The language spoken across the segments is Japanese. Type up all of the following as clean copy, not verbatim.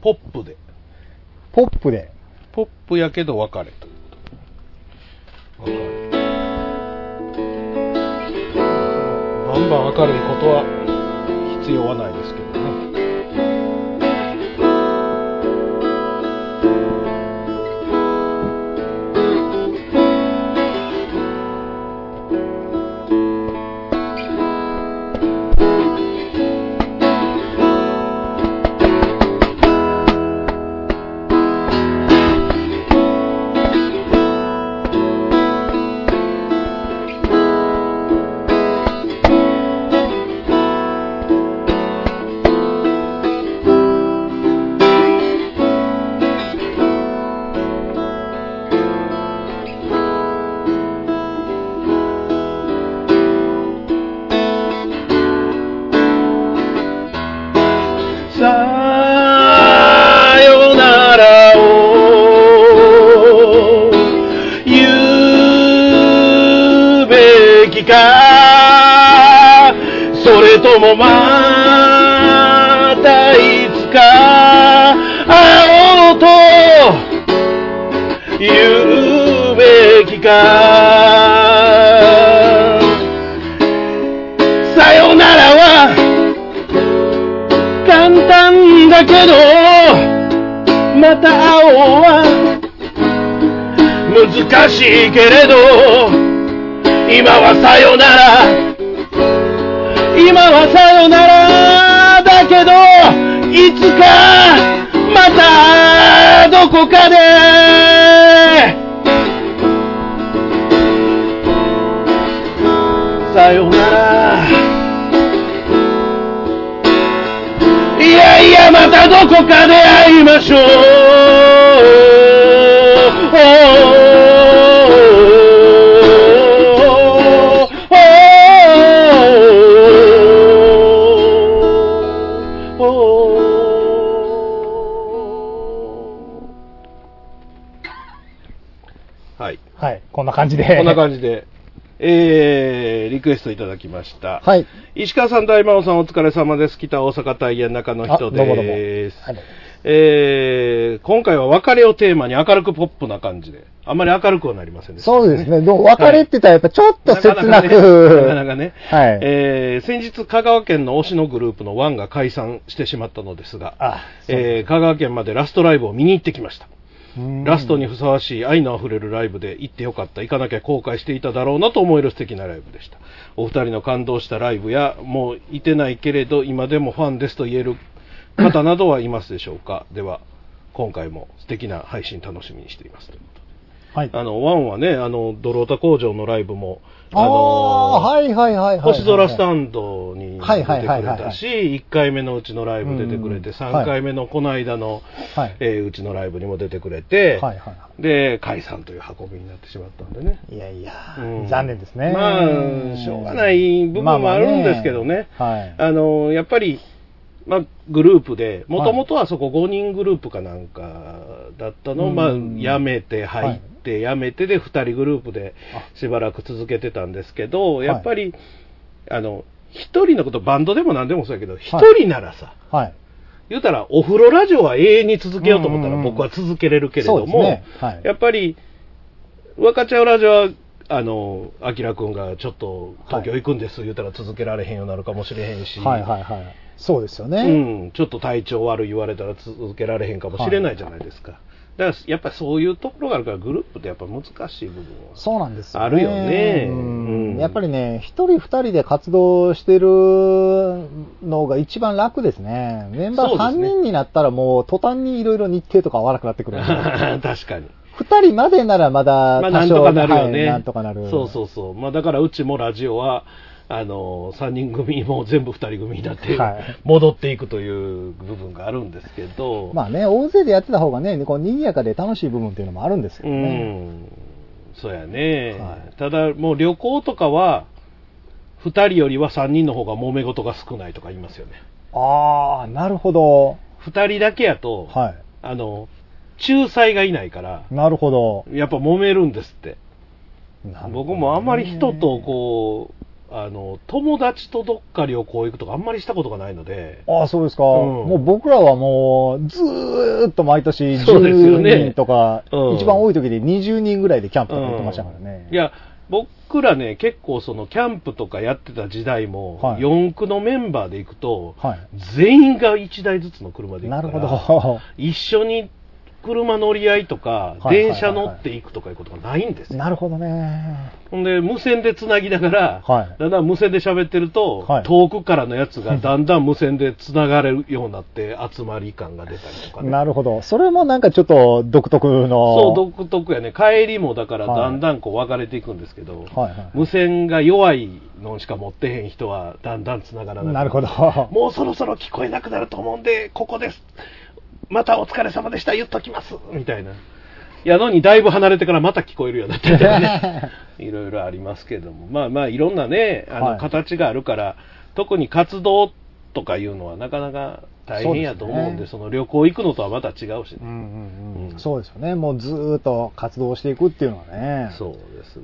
ポップで。 ポップで。 ポップやけど別れということ。別れ。バンバン明るいことは必要はないですけどね。さよならを言うべきか、それともまたいつか会おうと言うべきか。さよならは簡単だけど、また会おうは難しいけれど、今はさよなら、今はさよならだけど、いつかまたどこかでさよなら、いやいやまたどこかで会いましょう。はい。 はい、こんな感じで。 こんな感じで。リクエストいただきました。 はい。 石川さん、大魔王さん、お疲れ様です。北大阪大変中の人です。 どうもどうも。はい、 今回は別れをテーマに明るくポップな感じで、あんまり明るくはなりませんでした、ね。 そうですね。でも別れって言ったらやっぱちょっと切なく。 なかなかね。 はい。 先日、香川県の推しのグループのワンが解散してしまったのですが、香川県までラストライブを見に行ってきました。ラストにふさわしい愛のあふれるライブで行ってよかった、行かなきゃ後悔していただろうなと思える素敵なライブでした。お二人の感動したライブや、もういてないけれど今でもファンですと言える方などはいますでしょうか。では今回も素敵な配信楽しみにしていますということで。はい、ワンはね、ドロータ工場のライブも、 はいはいはいはい。 星空スタンドに出てくれたし、1回目のうちのライブ出てくれて、3回目のこの間の、うちのライブにも出てくれて、で、解散という運びになってしまったんでね。 いやいや、残念ですね。 まあ、しょうがない部分もあるんですけどね。やっぱり、まあ、グループで、もともとはそこ5人グループかなんかだったのを、まあ、辞めて入って、辞めてで2人グループでしばらく続けてたんですけど、やっぱり、1人のこと、バンドでも何でもそうやけど、1人ならさ、言うたらお風呂ラジオは永遠に続けようと思ったら僕は続けれるけれども、やっぱり、若ちゃうラジオは、あきらくんがちょっと東京行くんです言うたら続けられへんようになるかもしれへんし、 そうですよね。 ちょっと体調悪い言われたら続けられへんかもしれないじゃないですか。だからやっぱりそういうところがあるからグループってやっぱ難しい部分はそうなんですよね。 あるよね。 やっぱりね、一人二人で活動してるのが一番楽ですね。メンバー3人になったらもう途端にいろいろ日程とか合わなくなってくるんで。 確かに。 2人までならまだなんとかなるよね。 なんとかなる。 そうそうそう。まあだからうちもラジオは3人組も全部2人組になって戻っていくという部分があるんですけど、 まあね、大勢でやってた方がね、こう賑やかで楽しい部分っていうのもあるんですけどね。 そうやね、ただもう旅行とかは2人よりは3人の方が揉め事が少ないとか言いますよね。 ああ、なるほど。 2人だけやと、仲裁がいないから、 なるほど。 やっぱ揉めるんですって。僕もあんまり人とこう友達とどっか旅行行くとかあんまりしたことがないので。 ああ、そうですか。もう僕らはもう、ずーっと毎年10人とか、一番多い時で20人ぐらいでキャンプとか行ってましたからね。 いや、僕らね、結構そのキャンプとかやってた時代も、4区のメンバーで行くと、全員が1台ずつの車で行くから、 なるほど。 一緒に車乗り合いとか、電車乗っていくとかいうことがないんですよ。 なるほどね。 ほんで、無線でつなぎながら、だんだん無線で喋ってると、遠くからのやつがだんだん無線でつながれるようになって、集まり感が出たりとかね。 なるほど。それもなんかちょっと独特の。 そう、独特やね。帰りもだからだんだんこう分かれていくんですけど、無線が弱いのしか持ってへん人はだんだんつながらない。 なるほど。 もうそろそろ聞こえなくなると思うんで、ここです。またお疲れ様でした、言っときます。みたいな。やのにだいぶ離れてからまた聞こえるようになってたりね。いろいろありますけども。まあまあいろんなね、形があるから、特に活動とかいうのはなかなか大変やと思うんで、その旅行行くのとはまた違うしね。 そうですよね。もうずーっと活動していくっていうのはね。 そうです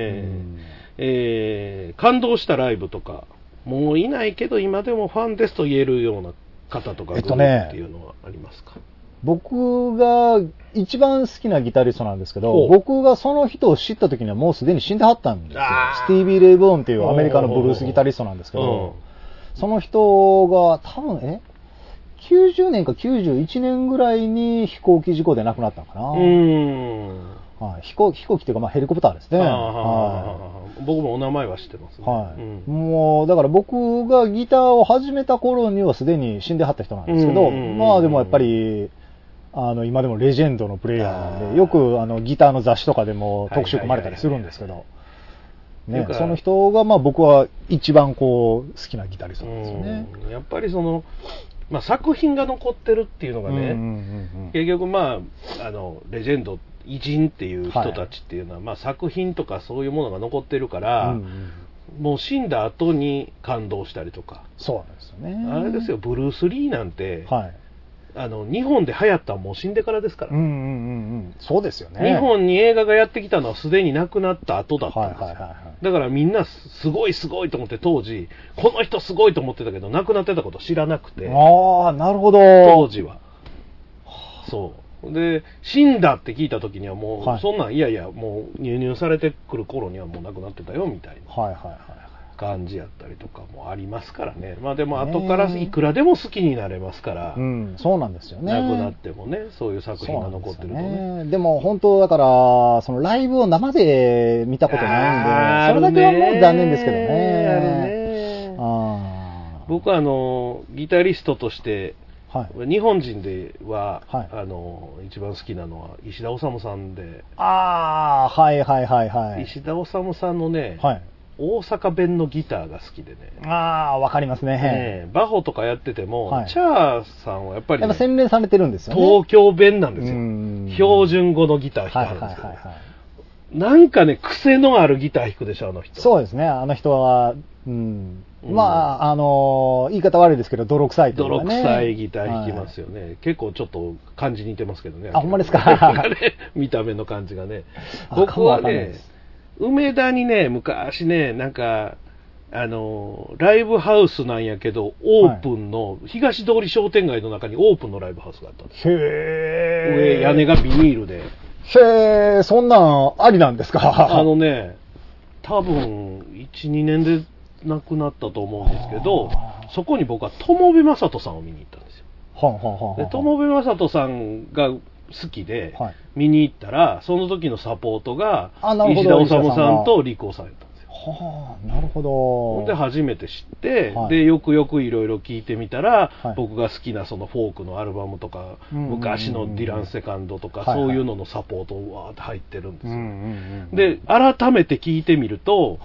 ね。感動したライブとか、もういないけど今でもファンですと言えるような方とかグループっていうのはありますか？ 僕が一番好きなギタリストなんですけど、僕がその人を知った時にはもうすでに死んではったんですよ。スティービー・レイ・ボーンっていうアメリカのブルースギタリストなんですけど、その人が多分90年か91年ぐらいに飛行機事故で亡くなったのかな。飛行機っていうか、ヘリコプターですね。 僕もお名前は知ってますね。 もうだから僕がギターを始めた頃にはすでに死んではった人なんですけど、まあでもやっぱり今でもレジェンドのプレイヤーなんで、よくギターの雑誌とかでも特集組まれたりするんですけど、その人が僕は一番好きなギタリストなんですよね。 やっぱりその作品が残ってるっていうのがね、結局レジェンド偉人っていう人たちっていうのは、作品とかそういうものが残ってるから、もう死んだ後に感動したりとか。 そうなんですよね。 あれですよ、ブルース・リーなんて、日本で流行ったのはもう死んでからですから。 そうですよね。 日本に映画がやってきたのはすでに亡くなった後だったんですよ。だからみんなすごいすごいと思って当時、この人すごいと思ってたけど亡くなってたこと知らなくて。 ああ、なるほど。 当時は。そう。で、死んだって聞いた時にはもう、そんなん、いやいや、もう入されてくる頃にはもう亡くなってたよみたいな感じやったりとかもありますからね。でも後からいくらでも好きになれますから、 そうなんですよね。 亡くなってもね、そういう作品が残ってるとね。 でも本当だから、そのライブを生で見たことないんで、それだけはもう残念ですけどね。 僕はギタリストとして、日本人では、一番好きなのは石田治さんで、石田治さんのね、大阪弁のギターが好きでね。 わかりますね。 バホとかやってても、チャーさんはやっぱり、 洗練されてるんですよね。 東京弁なんですよ。標準語のギター弾くんですけど、なんかね、癖のあるギター弾くでしょ、あの人。 そうですね、あの人は、言い方悪いですけど、泥臭いというかね。 泥臭いギター弾きますよね。結構ちょっと感じ似てますけどね。 ほんまですか。 見た目の感じがね。僕はね、梅田にね、昔ね、なんか、ライブハウスなんやけど、オープンの、東通り商店街の中にオープンのライブハウスがあったんです。上、屋根がビニールで。 そんなんありなんですか。 多分、1、2年で亡くなったと思うんですけど、そこに僕は友部正人さんを見に行ったんですよ。で、友部正人さんが好きで見に行ったら、その時のサポートが石田治さんとリコさんやったんですよ。 なるほど。 で初めて知って、でよくよくいろいろ聞いてみたら、僕が好きなそのフォークのアルバムとか、昔のディラン・セカンドとか、そういうののサポートがわーって入ってるんですよ。で改めて聞いてみると、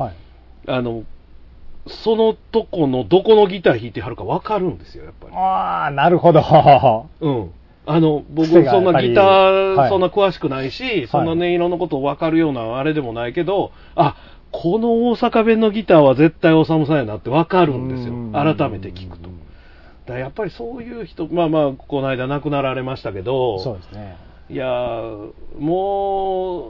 そのとこのどこのギター弾いてはるか分かるんですよ、やっぱり。 なるほど。 僕そんなギターそんな詳しくないし、そんなねいろんなこと分かるようなあれでもないけど、この大阪弁のギターは絶対修さんやなって分かるんですよ、改めて聞くと。だからやっぱりそういう人、この間亡くなられましたけど、 そうですね。 いやも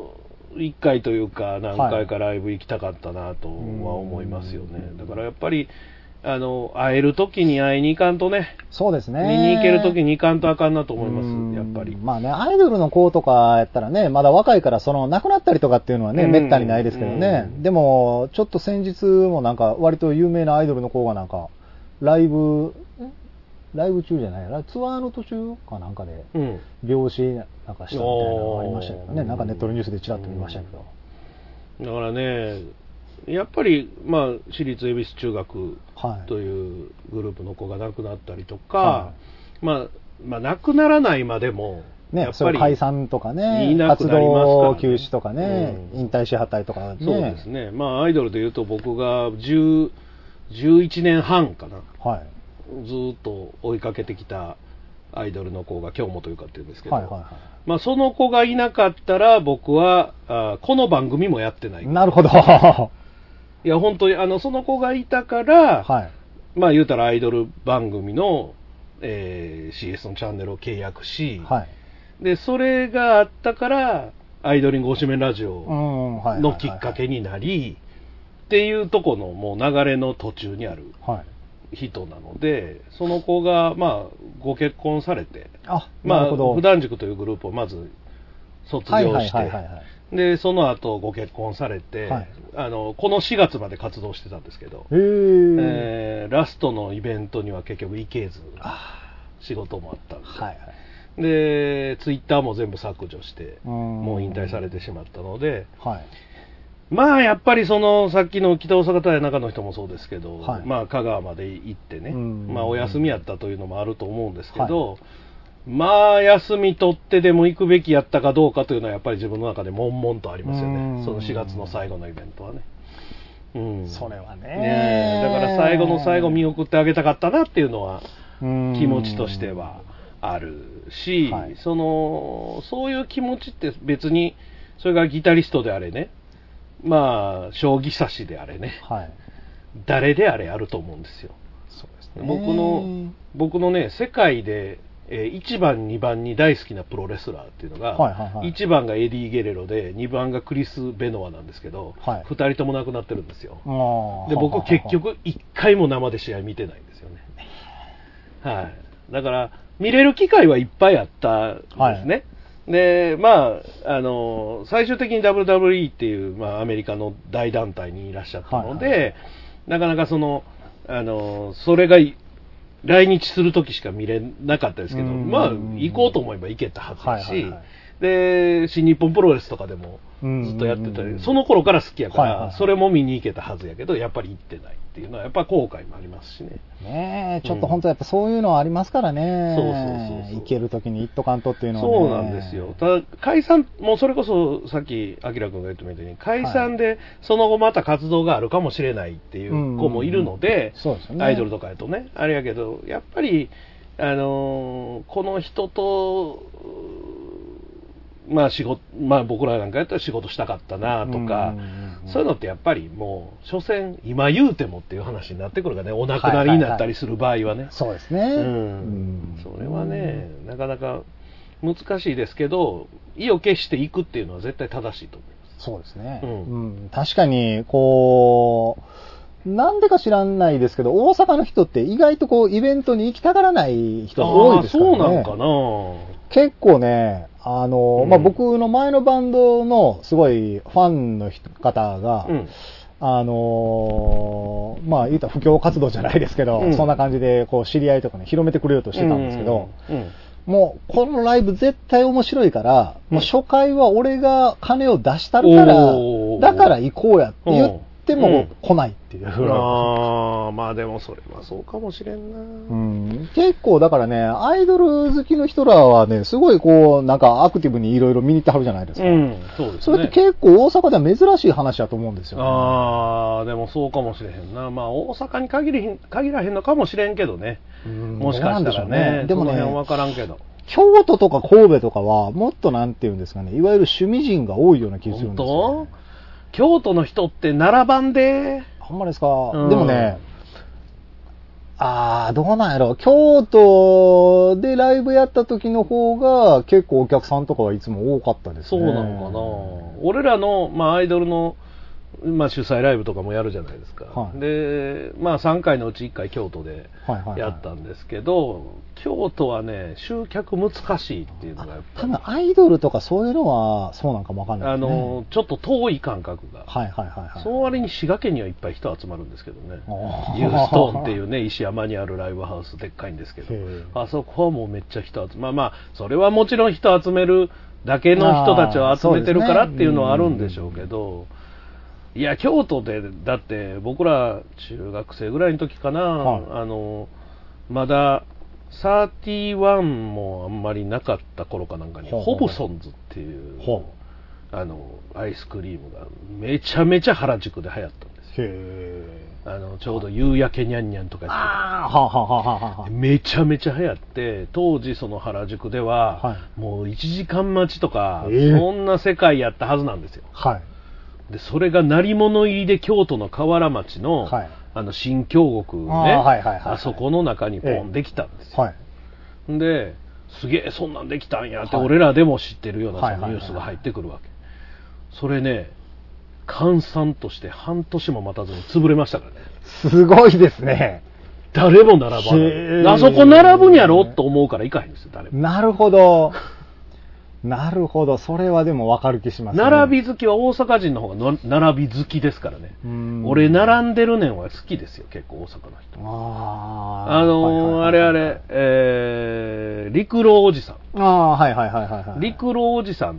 1回というか何回かライブ行きたかったなとは思いますよね。だからやっぱり会える時に会いに行かんとね。 そうですね。 見に行ける時に行かんとあかんなと思います、やっぱり。 まあね、アイドルの子とかやったらね、まだ若いから亡くなったりとかっていうのはね、めったにないですけどね。でも、ちょっと先日もなんか割と有名なアイドルの子がなんか、ライブ中じゃないな、ツアーの途中かなんかで、病死なんかしたみたいなのがありましたけどね。なんかネットのニュースでちらっと見ましたけど。だからね、やっぱり、私立恵比寿中学というグループの子が亡くなったりとか、亡くならないまでも、 ね、やっぱり解散とかね、活動休止とかね、引退しはったりとかね。 そうですね。アイドルでいうと僕が11年半かな、ずっと追いかけてきたアイドルの子が京本ゆかっていうんですけど、その子がいなかったら僕はこの番組もやってない。 なるほど。 いや本当にその子がいたから、言うたらアイドル番組の、CS のチャンネルを契約し、でそれがあったからアイドリングおしめラジオのきっかけになりっていうとこのもう流れの途中にある人なので、その子がご結婚されて、普段塾というグループをまず卒業して、でその後ご結婚されて、この4月まで活動してたんですけど、ラストのイベントには結局行けず、仕事もあったんで、でツイッターも全部削除してもう引退されてしまったので、やっぱりさっきの北大阪大中の人もそうですけど、香川まで行ってね、お休みやったというのもあると思うんですけど、休み取ってでも行くべきやったかどうかというのはやっぱり自分の中で悶々とありますよね。その4月の最後のイベントはね。 それはね。 だから最後の最後見送ってあげたかったなっていうのは気持ちとしてはあるし、そういう気持ちって別にそれがギタリストであれね、将棋指しであれね、誰であれあると思うんですよ。 そうですね。 僕のね、世界で1番2番に大好きなプロレスラーっていうのが、1番がエディ・ゲレロで2番がクリス・ベノアなんですけど、2人とも亡くなってるんですよ。で僕結局1回も生で試合見てないんですよね。だから見れる機会はいっぱいあったんですね。で最終的に WWE っていう、アメリカの大団体にいらっしゃったので、なかなかそれが来日するときしか見れなかったですけど、行こうと思えば行けたはずだし、で新日本プロレスとかでもずっとやってたり、その頃から好きやから、それも見に行けたはずやけどやっぱり行ってないっていうのはやっぱ後悔もありますしね。 ちょっと本当やっぱそういうのはありますからね。行けるときに行っとかんとっていうのはね。 そうなんですよ。ただ解散もそれこそさっきあきらくんが言ったみたいに解散でその後また活動があるかもしれないっていう子もいるので、アイドルとかやとねあれやけど、やっぱりこの人と僕らなんかやったら仕事したかったなとか、そういうのってやっぱりもう所詮今言うてもっていう話になってくるからね、お亡くなりになったりする場合はね。 そうですね。 それはねなかなか難しいですけど、意を決していくっていうのは絶対正しいと思います。 そうですね。確かになんでか知らないですけど、大阪の人って意外とイベントに行きたがらない人が多いですからね。 そうなんかな。 結構ね、僕の前のバンドのすごいファンの方が、言うたら布教活動じゃないですけど、そんな感じで知り合いとかね、広めてくれようとしてたんですけど、もうこのライブ絶対面白いから、もう初回は俺が金を出したるから、だから行こうやって言っても来ないっていう。 でもそれはそうかもしれんな。 結構だからね、アイドル好きの人らはね、すごいなんかアクティブにいろいろ見に行ってはるじゃないですか。 そうですね。 それって結構大阪では珍しい話だと思うんですよ、ね。 でもそうかもしれへんな。大阪に限らへんのかもしれんけどね。もしかしたらね。でもね、その辺分からんけど。 京都とか神戸とかはもっとなんていうんですかね、いわゆる趣味人が多いような気がするんですよ、ね。 京都の人って並ばんで。 ほんまですか。でもね、 どうなんやろ。京都でライブやった時の方が結構お客さんとかはいつも多かったですね。 そうなのかな。俺らの、アイドルの、主催ライブとかもやるじゃないですか。はい、で、3回のうち1回京都でやったんですけど、京都はね、集客難しいっていうのがやっぱり。 多分アイドルとかそういうのはそうなんかもわかんないですね。 ちょっと遠い感覚が。その割に滋賀県にはいっぱい人集まるんですけどね。ユーストーンっていうね、石山にあるライブハウスでっかいんですけど、あそこはもうめっちゃ人集まる。それはもちろん人集めるだけの人たちを集めてるからっていうのはあるんでしょうけど、いや、京都で、だって僕ら中学生ぐらいの時かな、まだ31もあんまりなかった頃かなんかに、ホブソンズっていう、アイスクリームがめちゃめちゃ原宿で流行ったんですよ。ちょうど夕焼けにゃんにゃんとかやってめちゃめちゃ流行って、当時その原宿では、もう1時間待ちとか、そんな世界やったはずなんですよ。でそれが鳴り物入りで京都の河原町の、新京極ね、あそこの中にポンできたんですよ。ですげえそんなんできたんやって、俺らでも知ってるようなそのニュースが入ってくるわけ。それね、閑散として半年も待たずに潰れましたからね。 すごいですね。 誰も並ばない。あそこ並ぶんやろと思うから行かへんですよ、誰も。 なるほど。なるほど。それはでも分かる気しますね。 並び好きは大阪人の方が並び好きですからね。俺並んでるねんは好きですよ、結構大阪の人。陸路おじさん。陸路おじさんって、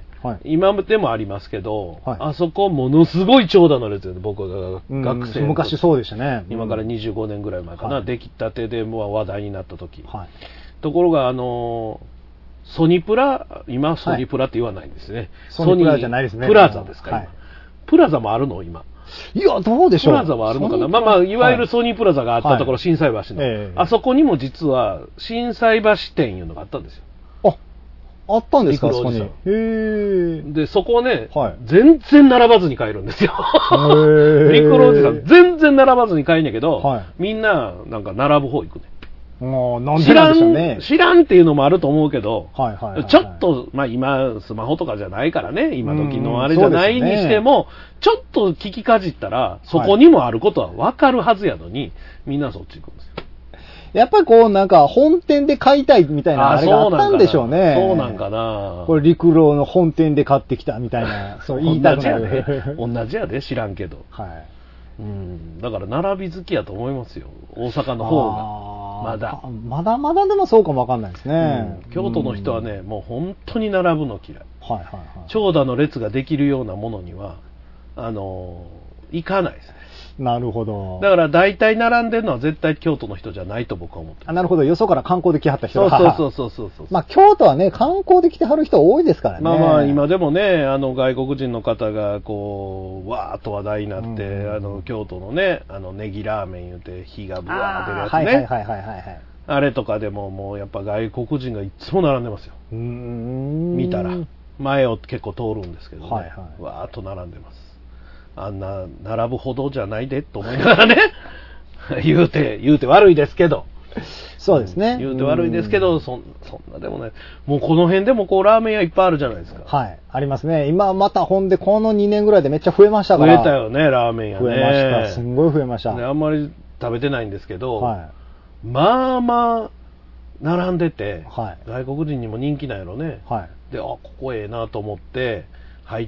今でもありますけど、あそこものすごい長蛇の列で、僕が学生の時、 昔そうでしたね。 今から25年ぐらい前かな、出来たてでもう話題になった時。ところがソニプラ、今ソニプラって言わないんですね。 ソニプラじゃないですね。 プラザですか、今。プラザもあるの今。 いや、どうでしょう。 プラザはあるのかな。いわゆるソニープラザがあったところ、心斎橋の。あそこにも実は、心斎橋店いうのがあったんですよ。 あったんですか、 そこに。で、そこをね、 はい、 全然並ばずに買えるんですよ。陸路おじさん、全然並ばずに買えんやけど、はい、みんな、なんか並ぶ方行くね。 なんでなんでしょうね。 知らんっていうのもあると思うけど、 はいはいはいはい、 ちょっと、まあ今、スマホとかじゃないからね、今時のあれじゃないにしても、ちょっと聞きかじったら、そこにもあることは分かるはずやのに、みんなそっち行くんですよ。 やっぱりこうなんか本店で買いたいみたいなあれがあったんでしょうね。 そうなんかな。 これ陸路の本店で買ってきたみたいな、そう言いたくなる。 同じやで、知らんけど。 はい。 だから並び好きやと思いますよ。大阪の方が。 まだでもそうかもわかんないですね。 京都の人はね、もう本当に並ぶの嫌い。長蛇の列ができるようなものには、行かないですね。 なるほど。 だから大体並んでるのは絶対京都の人じゃないと僕は思ってる。 なるほど。よそから観光で来はった人が。 そう。 まあ京都はね、観光で来てはる人多いですからね。 まあ今でもね、外国人の方がこう、わーっと話題になって、京都のね、ネギラーメン言うて火がブワーってるやつね。あれとかでももうやっぱ外国人がいつも並んでますよ。見たら。前を結構通るんですけどね。わーっと並んでます。あんな並ぶほどじゃないでと思いながらね言うて悪いですけど、 そうですね、 言うて悪いですけど、そんなでもない。もうこの辺でもこうラーメン屋いっぱいあるじゃないですか。 はい、ありますね。今またほんでこの2年ぐらいでめっちゃ増えましたから。 増えたよね、ラーメン屋ね。 増えました。すんごい増えました。 あんまり食べてないんですけど、まあ並んでて、外国人にも人気なんやろね。で、ここええなと思って入って、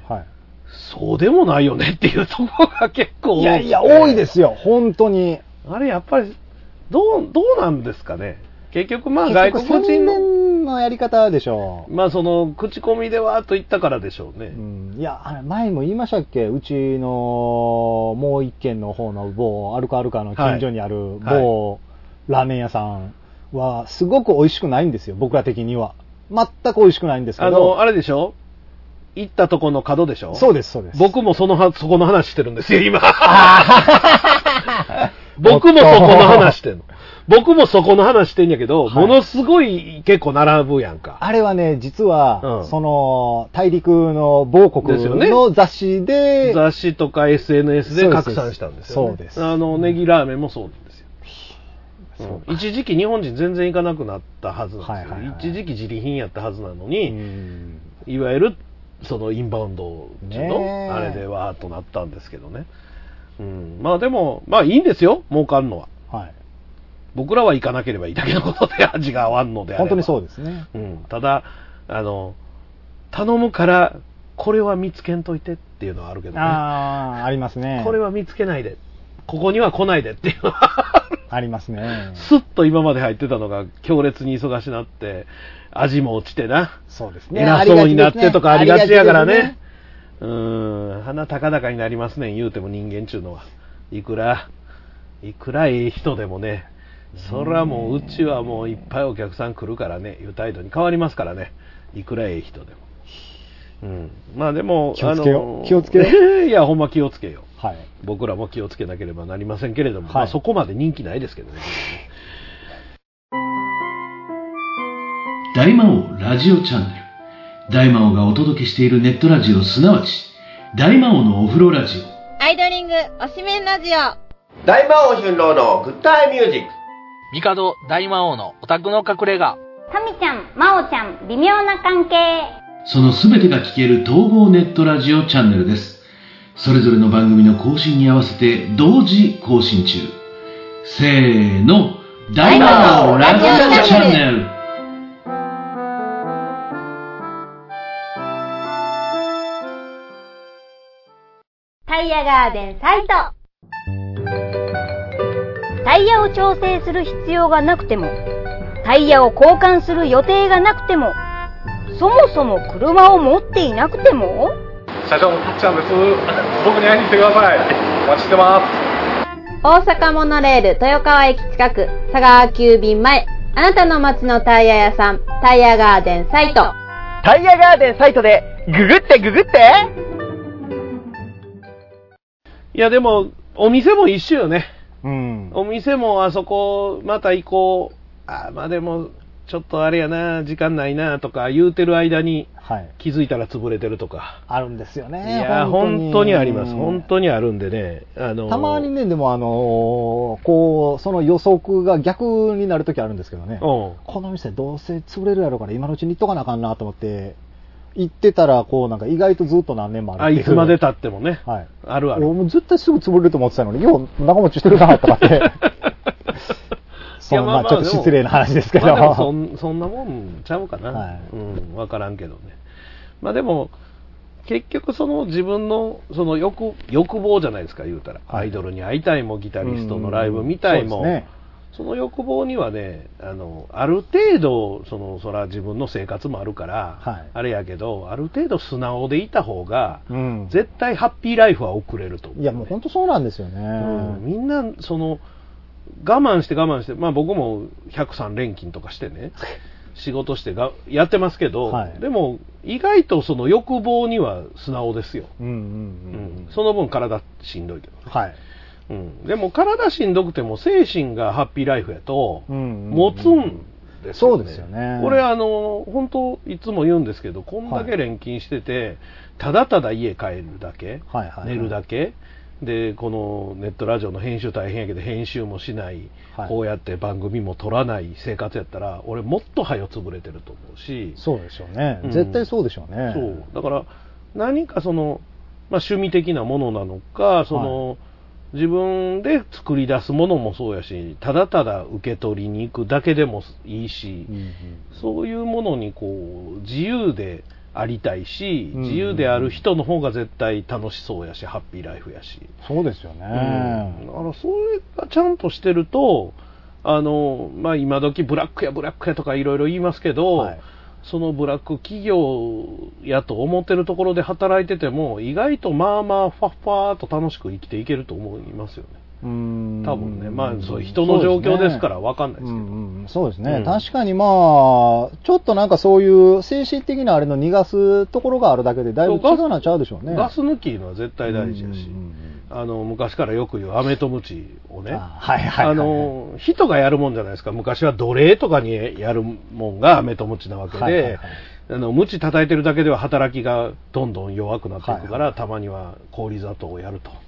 そうでもないよねっていうところが結構多い。 いや多いですよ、本当に。 あれやっぱりどうなんですかね。結局外国人宣伝のやり方でしょう。 その口コミではと言ったからでしょうね。 いや、あれ前も言いましたっけ、うちのもう一軒の方の某アルカの近所にある某ラーメン屋さんはすごく美味しくないんですよ、僕ら的には。全く美味しくないんですけど。 あれでしょ、行ったとこの角でしょ。 そうです。 僕もそこの話してるんですよ、今。僕もそこの話してるの。僕もそこの話してんやけど、ものすごい結構並ぶやんか。 あれはね、実は、その、大陸の某国の雑誌雑誌とか SNS で拡散したんですよね。 そうです。 ネギラーメンもそうなんですよ。 一時期日本人全然行かなくなったはずなんですよ、一時期自利品やったはずなのに、いわゆるそのインバウンドのあれでわーっとなったんですけどね、まあでもまあいいんですよ、儲かるのは、僕らは行かなければいいだけのことで味が合わんのであれば、 本当にそうですね、 ただ頼むからこれは見つけんといてっていうのはあるけどね、 ありますね、 これは見つけないで、ここには来ないでっていうのはありますね。 スッと今まで入ってたのが強烈に忙しなって味も落ちてな、 そうですね、 偉そうになってとかありがちやからね、鼻高々になりますねん言うても人間ちゅうのはいくらええ人でもね、そらもううちはもういっぱいお客さん来るからねいう態度に変わりますからね、いくらええ人でも、まあでも気をつけよういやほんま気をつけよう、 はい、 僕らも気をつけなければなりませんけれども、まあ、そこまで人気ないですけどね。 大魔王ラジオチャンネル。大魔王がお届けしているネットラジオ、すなわち大魔王のお風呂ラジオ、 アイドリングおしめんラジオ、 大魔王春郎のグッタイミュージック、 帝大魔王のオタクの隠れ家、 タミちゃん、マオちゃん、微妙な関係。 そのすべてが聞ける統合ネットラジオチャンネルです。それぞれの番組の更新に合わせて同時更新中。せーの、大魔王ラジオチャンネル。 タイヤガーデンサイト。タイヤを調整する必要がなくても、タイヤを交換する予定がなくても、そもそも車を持っていなくても、 社長のたっちゃんです。僕に会いに来てください。お待ちしてます。 大阪モノレール豊川駅近く、佐川急便前、あなたの街のタイヤ屋さん、タイヤガーデンサイト。 タイヤガーデンサイトでググってググって。 いやでもお店も一緒よね、お店もあそこまた行こう、まあでもちょっとあれやな、時間ないなとか言うてる間に、気づいたら潰れてるとかあるんですよね。 いや本当にあります、本当にあるんでね、 たまにね、でもこうその予測が逆になるときあるんですけどね、この店どうせ潰れるやろうから今のうちに行っとかなあかんなと思って行ってたら、こうなんか意外とずっと何年もあるっていう、 いつまで経ってもね、あるある。 もう絶対すぐ潰れると思ってたのに、よう長持ちしてるなとかってそんなちょっと失礼な話ですけど、 そんなもんちゃうかな、分からんけどね。まあでも結局その自分のその欲望じゃないですか、言うたら、アイドルに会いたいもギタリストのライブ見たいも、その欲望にはね、ある程度そら自分の生活もあるから、あれやけど、ある程度素直でいた方が、絶対ハッピーライフは送れると思う、 いやもう本当そうなんですよね、 みんなその我慢して、まあ僕も103連勤とかしてね仕事してやってますけど、でも意外とその欲望には素直ですよ、その分体しんどいけど、でも体しんどくても精神がハッピーライフやと持つんですよね。そうですよね。これ本当いつも言うんですけど、こんだけ連勤してて、ただただ家帰るだけ、寝るだけで、このネットラジオの編集大変やけど編集もしない、こうやって番組も撮らない生活やったら、俺もっと早潰れてると思うし。 そうでしょうね、絶対そうでしょうね。 そうだから何かその、趣味的なものなのか、自分で作り出すものもそうやし、ただただ受け取りに行くだけでもいいし、そういうものにこう自由でありたいし、自由である人の方が絶対楽しそうやし、ハッピーライフやし。 そうですよね。 それがちゃんとしてると、今時ブラックやとかいろいろ言いますけど、そのブラック企業やと思ってるところで働いてても、意外とまあまあファッファーと楽しく生きていけると思いますよね。多分ね、そういう人の状況ですから分かんないですけど、 そうですね、確かにちょっとなんかそういう精神的なあれの逃がすところがあるだけでだいぶ違うなっちゃうでしょうね。 ガス抜きのは絶対大事やし、昔からよく言う飴とムチをね、人がやるもんじゃないですか。昔は奴隷とかにやるもんが飴とムチなわけで、ムチ叩いてるだけでは働きがどんどん弱くなっていくから、たまには氷砂糖をやると。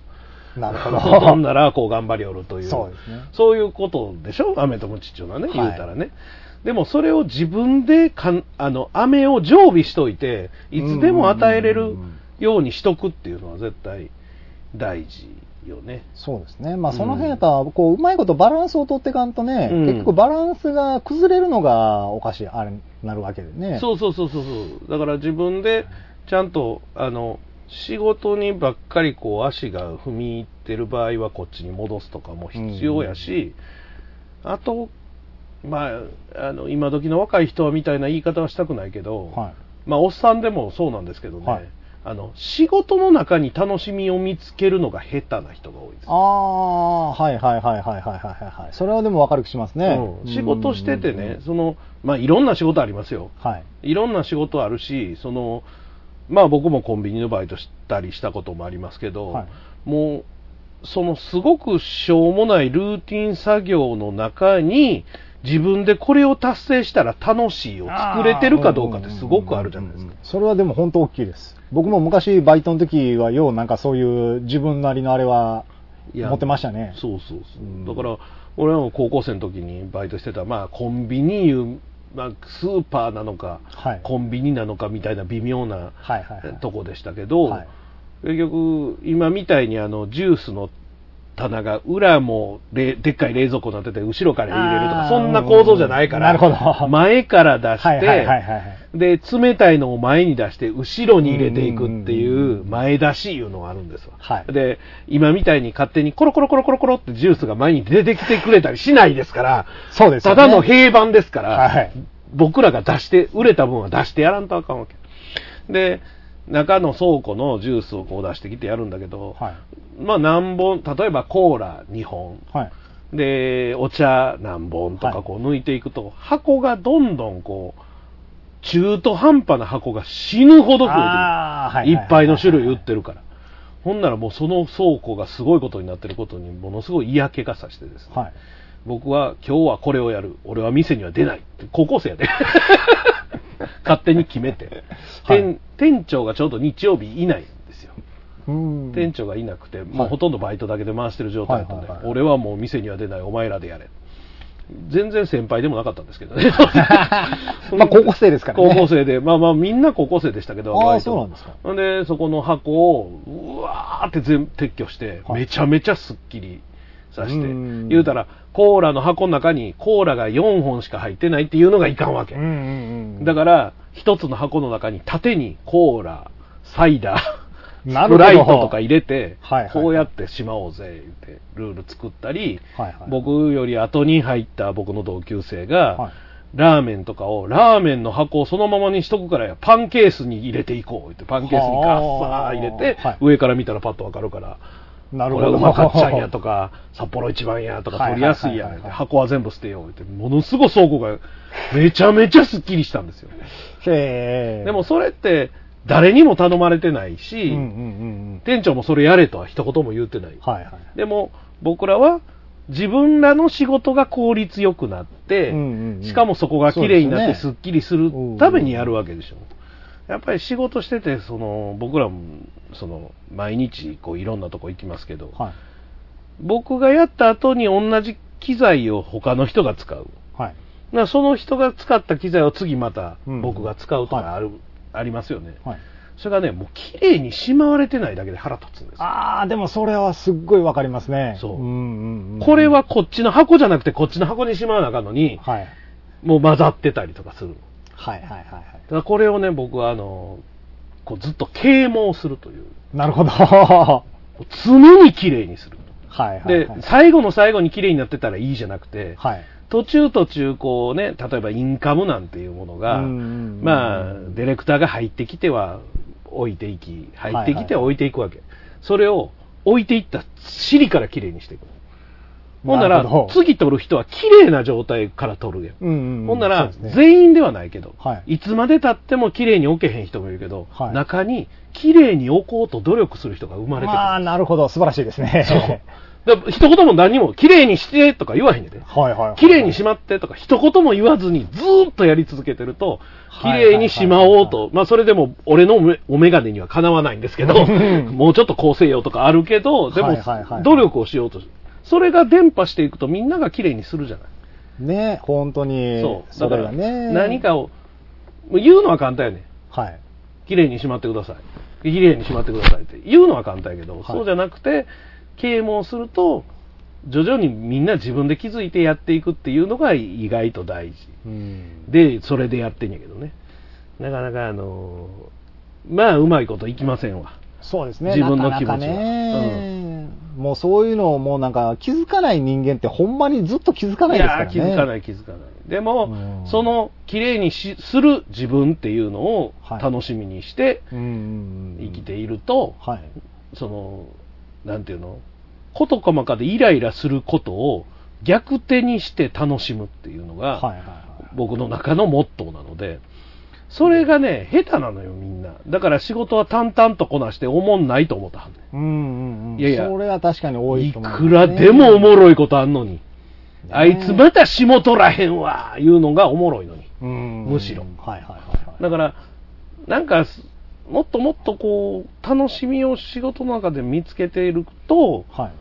なるほど。 ほんなら、こう頑張りおるという。 そうですね。 そういうことでしょ、飴とムチっていうのはね、言うたらね。でもそれを自分で飴を常備しといて、いつでも与えれるようにしとくっていうのは絶対大事よね。 そうですね。まあその辺やったら、こう、うまいことバランスを取っていかんとね、結局バランスが崩れるのがおかしい、あれになるわけでね。 そう。だから自分でちゃんと、仕事にばっかりこう足が踏み入ってる場合はこっちに戻すとかも必要やし、あと、まあ、今時の若い人はみたいな言い方はしたくないけど、まあ、おっさんでもそうなんですけどね、仕事の中に楽しみを見つけるのが下手な人が多いです。 はい。それはでも分かる気しますね。 仕事しててね、まあ、いろんな仕事ありますよ。いろんな仕事あるし、まあ僕もコンビニのバイトしたりしたこともありますけど、もうすごくしょうもないルーティン作業の中に自分でこれを達成したら楽しいを作れてるかどうかってすごくあるじゃないですか。 それはでも本当大きいです。僕も昔バイトの時はようなんかそういう自分なりのあれは持ってましたね。 そう。だから俺はもう高校生の時にバイトしてた、まあコンビニいうまあ、スーパーなのか、コンビニなのかみたいな微妙なとこでしたけど、結局今みたいにジュースの棚が裏もでっかい冷蔵庫になってて後ろから入れるとかそんな構造じゃないから前から出してで冷たいのを前に出して後ろに入れていくっていう前出しいうのがあるんですわ。で今みたいに勝手にコロコロってジュースが前に出てきてくれたりしないですから、 そうですよね、 ただの平板ですから、僕らが出して売れた分は出してやらんとあかんわけで、中の倉庫のジュースをこう出してきてやるんだけど、まあ何本、例えばコーラ2本、でお茶何本とかこう抜いていくと、箱がどんどんこう中途半端な箱が死ぬほど増えてる、いっぱいの種類売ってるから、ほんならもうその倉庫がすごいことになってることにものすごい嫌気がさしてですね、僕は今日はこれをやる、俺は店には出ないって高校生やで勝手に決めて、店長がちょうど日曜日いないんですよ。店長がいなくてもうほとんどバイトだけで回してる状態だったんで、俺はもう店には出ない、お前らでやれ。全然先輩でもなかったんですけどねまあ高校生ですからね。 高校生で、まあみんな高校生でしたけど、 そうなんですか。 でそこの箱をうわーって全部撤去して、めちゃめちゃすっきりさして、言うたらコーラの箱の中にコーラが4本しか入ってないっていうのがいかんわけ。だから一つの箱の中に縦にコーラ、サイダー、スプライトとか入れて、こうやってしまおうぜってルール作ったり、僕より後に入った僕の同級生が、ラーメンとかをラーメンの箱をそのままにしとくからパンケースに入れていこうってパンケースにガッサー入れて、上から見たらパッとわかるから、 なるほど、 これうまかっちゃんやとか札幌一番やとか取りやすいやん、箱は全部捨てようってものすごい倉庫がめちゃめちゃすっきりしたんですよ。でもそれって誰にも頼まれてないし、店長もそれやれとは一言も言ってない、でも僕らは自分らの仕事が効率よくなって、しかもそこが綺麗になってすっきりするためにやるわけでしょ。やっぱり仕事してて僕らも毎日こういろんなとこ行きますけど、僕がやった後に同じ機材を他の人が使う、その人が使った機材を次また僕が使うとかありますよね、それがねもう綺麗にしまわれてないだけで腹立つんですよ。 でもそれはすっごいわかりますね。 これはこっちの箱じゃなくてこっちの箱にしまわなあかんのに、もう混ざってたりとかする。だからこれをね僕はこうずっと啓蒙するという。 なるほど常に綺麗にする。で最後の最後に綺麗になってたらいいじゃなくて、途中こうね、例えばインカムなんていうものが、まあディレクターが入ってきては置いていき、入ってきては置いていくわけ。それを置いていった尻から綺麗にしていく。ほんなら次撮る人は綺麗な状態から撮るやん。ほんなら全員ではないけど、いつまで経っても綺麗に置けへん人もいるけど、中に綺麗に置こうと努力する人が生まれてくる。 なるほど、素晴らしいですね。 だから一言も何も、綺麗にしてとか言わへんねんで。 はいはいはい。 綺麗にしまってとか、一言も言わずにずーっとやり続けてると、綺麗にしまおうと。まあ、それでも、俺のお眼鏡にはかなわないんですけど、もうちょっと構成よとかあるけど、でも、努力をしようと。それが伝播していくとみんなが綺麗にするじゃない。 ね、本当に。 そう。だから、何かを、言うのは簡単やね。 はい。 綺麗にしまってください。綺麗にしまってくださいって言うのは簡単やけど、そうじゃなくて、啓蒙すると、徐々にみんな自分で気づいてやっていくっていうのが意外と大事。で、それでやってんやけどね。なかなかまあ、うまいこといきませんわ。 そうですね。 自分の気持ちは。 ね、もうそういうのをもうなんか気づかない人間ってほんまにずっと気づかないですからね。 いや、気づかない。でも、その綺麗にする自分っていうのを楽しみにして生きていると、はい、その、なんていうの、事細かでイライラすることを逆手にして楽しむっていうのが僕の中のモットーなので、それがね、下手なのよみんな。だから仕事は淡々とこなしておもんないと思ったはんねん。いやいや、 それは確かに多いと思う、ね。 いくらでもおもろいことあんのに、あいつまた下取らへんわいうのがおもろいのに、むしろ。だからなんかもっともっとこう楽しみを仕事の中で見つけていると、はい、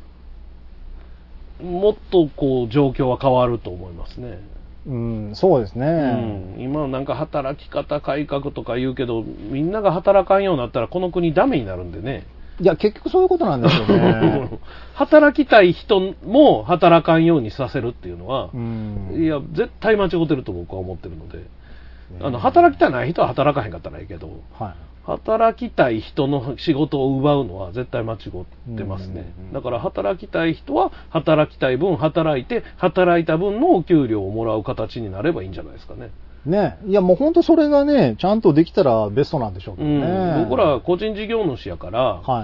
もっとこう状況は変わると思いますね。 そうですね、 今なんか働き方改革とか言うけど、みんなが働かんようになったらこの国ダメになるんでね。 いや結局そういうことなんですよね。 働きたい人も働かんようにさせるっていうのは、いや絶対間違ってると僕は思ってるので、働きたない人は働かへんかったらいいけど、はい、働きたい人の仕事を奪うのは絶対間違ってますね。だから働きたい人は働きたい分働いて、働いた分のお給料をもらう形になればいいんじゃないですかね。 ね、いやもう本当それがねちゃんとできたらベストなんでしょうけどね。 僕らは個人事業主やから、はい、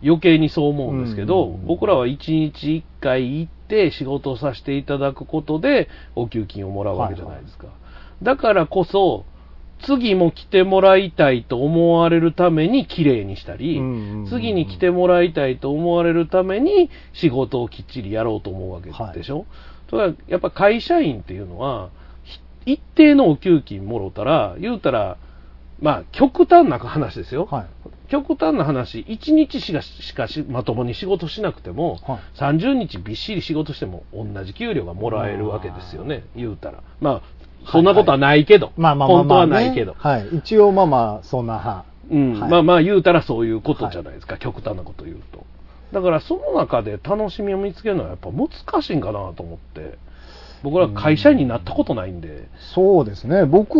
余計にそう思うんですけど、僕らは1日1回行って仕事をさせていただくことでお給金をもらうわけじゃないですか。だからこそ次も来てもらいたいと思われるためにきれいにしたり、次に来てもらいたいと思われるために仕事をきっちりやろうと思うわけでしょ。それはやっぱ会社員っていうのは一定のお給金もろたら、言うたらまあ極端な話ですよ、はい、極端な話、1日しかまともに仕事しなくても、はい、30日びっしり仕事しても同じ給料がもらえるわけですよね、言うたら。まあそんなことはないけど、本当はないけど、 はい、一応まあまあそんな、はい、 まあまあ言うたらそういうことじゃないですか、はい、極端なこと言うと。だからその中で楽しみを見つけるのはやっぱ難しいんかなと思って。僕ら会社員になったことないんで。 そうですね。僕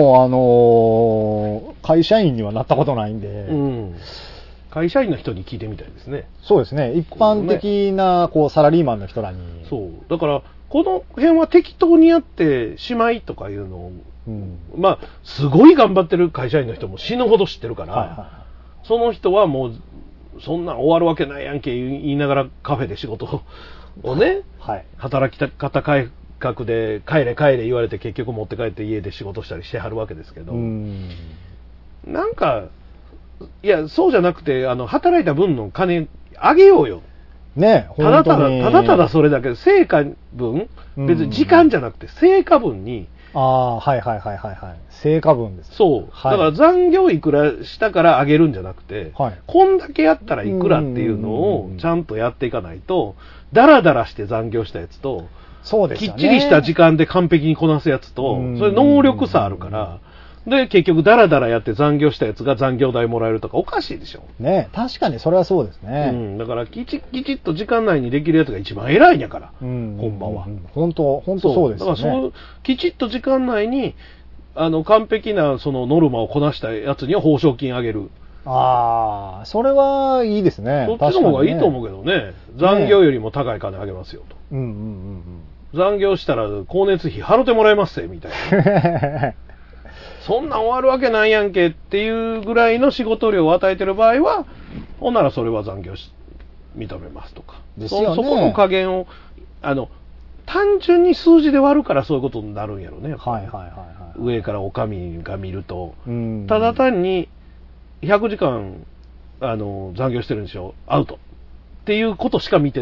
も会社員にはなったことないんで、 会社員の人に聞いてみたいですね。 そうですね。一般的なこうサラリーマンの人らに。 そう。だからこの辺は適当にやってしまいとかいうのを、まあすごい頑張ってる会社員の人も死ぬほど知ってるから、その人はもうそんな終わるわけないやんけ言いながらカフェで仕事をね、働き方改革で帰れ言われて結局持って帰って家で仕事したりしてはるわけですけど、なんかいやそうじゃなくて働いた分の金あげようよ。 ね、 ただただそれだけ成果分、別に時間じゃなくて成果分に、 成果分です。 そう、だから残業いくらしたからあげるんじゃなくて、こんだけやったらいくらっていうのをちゃんとやっていかないと、ダラダラして残業したやつと、 そうですよね、 きっちりした時間で完璧にこなすやつと、それ能力差あるから、で結局ダラダラやって残業したやつが残業代もらえるとかおかしいでしょ。 ね、確かにそれはそうですね。 だからきちっと時間内にできるやつが一番偉いんやから、本番は。 本当そうですよね。 だからきちっと時間内に完璧なそのノルマをこなしたやつには報奨金あげる。 ああ、それはいいですね。 そっちの方がいいと思うけどね。残業よりも高い金あげますよと。残業したら光熱費払ってもらえますぜみたいな。そんなん終わるわけないやんけっていうぐらいの仕事量を与えてる場合は、ほんならそれは残業認めますとか。 ですよね。 そこの加減を単純に数字で割るからそういうことになるんやろね。上からお上が見ると、ただ単に100時間残業してるんでしょ、アウトっていうことしか見てない。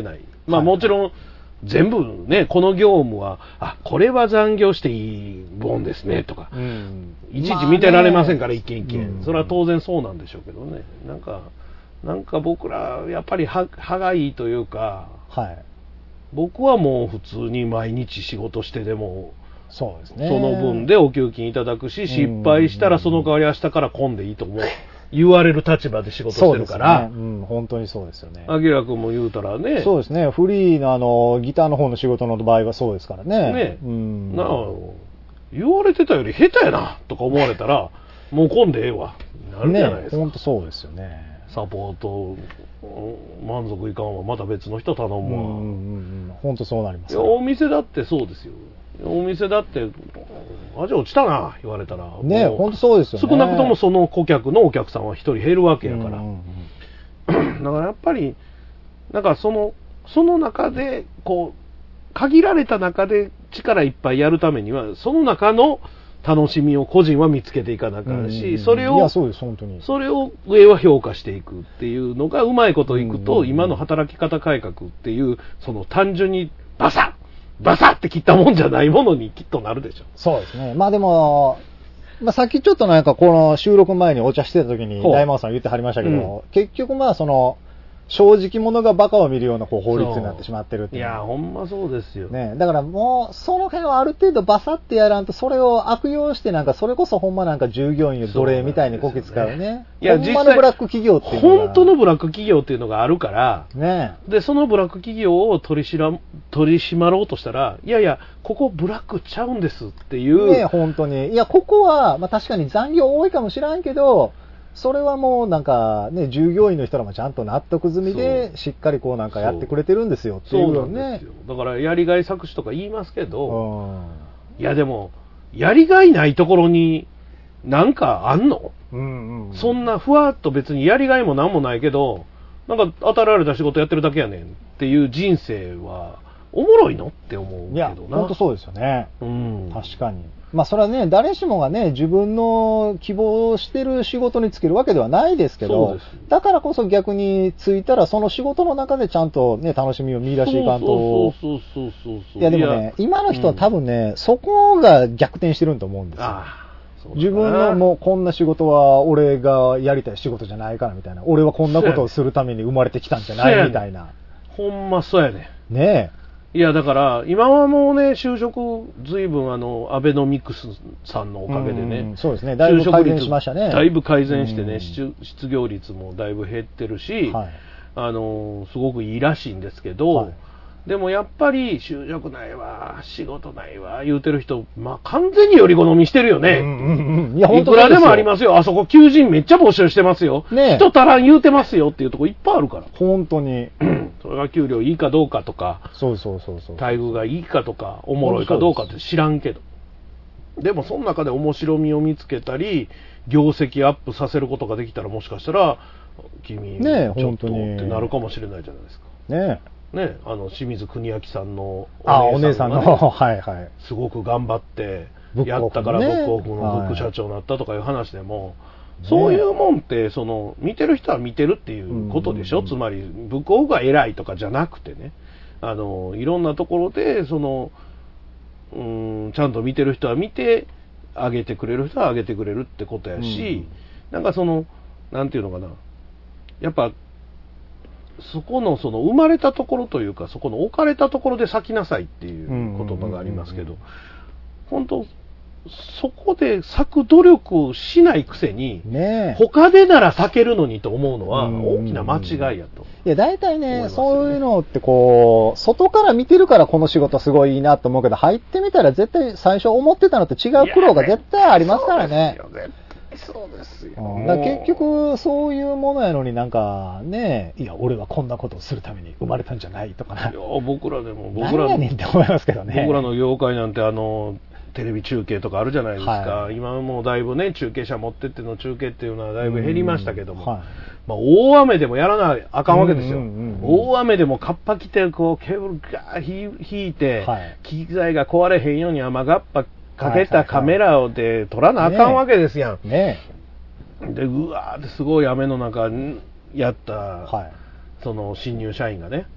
まあもちろん全部ね、この業務はこれは残業していい本ですねとか、いちいち見てられませんから、一件一件、それは当然そうなんでしょうけどね。なんか僕らやっぱり歯がいいというか、僕はもう普通に毎日仕事してでもそうですね、 その分でお給金いただくし、失敗したらその代わり明日から混んでいいと言われる立場で仕事してるから、 本当にそうですよね。 アキラ君も言うたらね、 そうですね、フリーのギターの方の仕事の場合はそうですからね。 言われてたより下手やなとか思われたらもう混んでええわなるじゃないですか。 本当そうですよね。 サポート満足いかんわ、また別の人頼むわ。 本当そうなります、 お店だってそうですよ。お店だって味落ちたな言われたらね、本当そうですよね。 少なくともその顧客のお客さんは一人減るわけやから、だからやっぱりなんかその中でこう限られた中で力いっぱいやるためにはその中の楽しみを個人は見つけていかなきゃし、それを上は評価していくっていうのがうまいこといくと、今の働き方改革っていうその単純にバサって切ったもんじゃないものにきっとなるでしょ。 そうですね。まあでも、さっきちょっとなんかこの収録前にお茶してた時に大魔王さん言ってはりましたけど、結局正直者がバカを見るような法律になってしまってるっていう。 いやほんまそうですよね。だからもうその辺をある程度バサってやらんと、それを悪用してなんかそれこそほんまなんか従業員を奴隷みたいにこき使うね。 いやほんまのブラック企業っていうのが本当のブラック企業っていうのがあるからね。 でそのブラック企業を取り締まろうとしたら、いやここブラックちゃうんですっていうね。本当にいやここは確かに残業多いかもしらんけど、それはもうなんかね、従業員の人らもちゃんと納得済みでしっかりこうなんかやってくれてるんですよっていうのね。そうなんですよ。 だからやりがい搾取とか言いますけど、いやでもやりがいないところになんかあんの？そんなふわっと別にやりがいもなんもないけど、なんか与えられた仕事やってるだけやねんっていう人生はおもろいのって思うけどな。 いや本当そうですよね。確かに。まあそれはね、誰しもがね、自分の希望してる仕事に就けるわけではないですけど、だからこそ逆に就いたらその仕事の中でちゃんとね、楽しみを見出していかんと。いやでもね、今の人は多分ね、そこが逆転してると思うんですよ。自分のもうこんな仕事は俺がやりたい仕事じゃないからみたいな。俺はこんなことをするために生まれてきたんじゃないみたいな。 ほんまそうやね。 ねえ。 いやだから今はもうね、就職随分アベノミクスさんのおかげでね、 そうですね、だいぶ改善しましたね。 だいぶ改善してね、失業率もだいぶ減ってるし、すごくいいらしいんですけど、でもやっぱり就職ないわ、仕事ないわ言うてる人、完全により好みしてるよね。いくらでもありますよ。あそこ求人めっちゃ募集してますよ。人足らん言うてますよっていうとこいっぱいあるから。 本当に。 それが給料いいかどうかとか、待遇がいいかとか、おもろいかどうかって知らんけど。でもその中で面白みを見つけたり、業績アップさせることができたら、もしかしたら君ちょっとってなるかもしれないじゃないですか。ね、清水国明さんのお姉さんの、 すごく頑張ってやったからブックオフの副社長になったとかいう話でも、そういうもんって見てる人は見てるっていうことでしょ。つまりブックオフが偉いとかじゃなくてね、いろんなところでちゃんと見てる人は見て、上げてくれる人は上げてくれるってことやし、なんかなんていうのかな、やっぱそこの生まれたところというか、そこの置かれたところで咲きなさいっていう言葉がありますけど、本当そこで咲く努力をしないくせに、他でなら咲けるのにと思うのは大きな間違いやと。 いや大体ね、そういうのってこう外から見てるからこの仕事すごいいいなと思うけど、入ってみたら絶対最初思ってたのと違う苦労が絶対ありますからね。 そうですよ。 だから結局そういうものやのになんかね、いや俺はこんなことをするために生まれたんじゃないとかな。 いや僕ら何やねんって思いますけどね。 僕らの業界なんてテレビ中継とかあるじゃないですか。今もうだいぶね、中継車持ってっての中継っていうのはだいぶ減りましたけども、大雨でもやらなあかんわけですよ。大雨でもカッパ着てこうケーブルが引いて、機材が壊れへんように雨がっぱかけたカメラで撮らなあかんわけですやん。でうわーってすごい雨の中やった、その新入社員がね、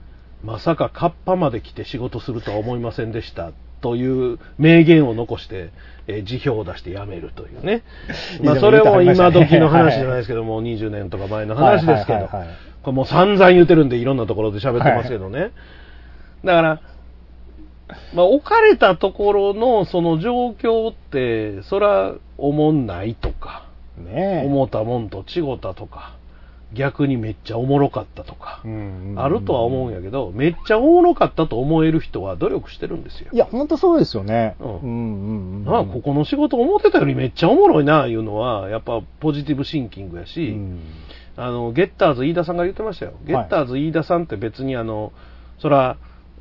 まさかカッパまで来て仕事するとは思いませんでしたという名言を残して、辞表を出して辞めるというね。まあそれも今時の話じゃないですけども、20年とか前の話ですけど、これもう散々言ってるんでいろんなところで喋ってますけどね。だから、まあ置かれたところのその状況って、そら思んないとか、思ったもんと違ったとか、逆にめっちゃおもろかったとか、あるとは思うんやけど、めっちゃおもろかったと思える人は努力してるんですよ。 いや、ほんとそうですよね。 ここの仕事思ってたよりめっちゃおもろいな、いうのは、やっぱポジティブシンキングやし、ゲッターズ飯田さんが言ってましたよ。ゲッターズ飯田さんって別にそら、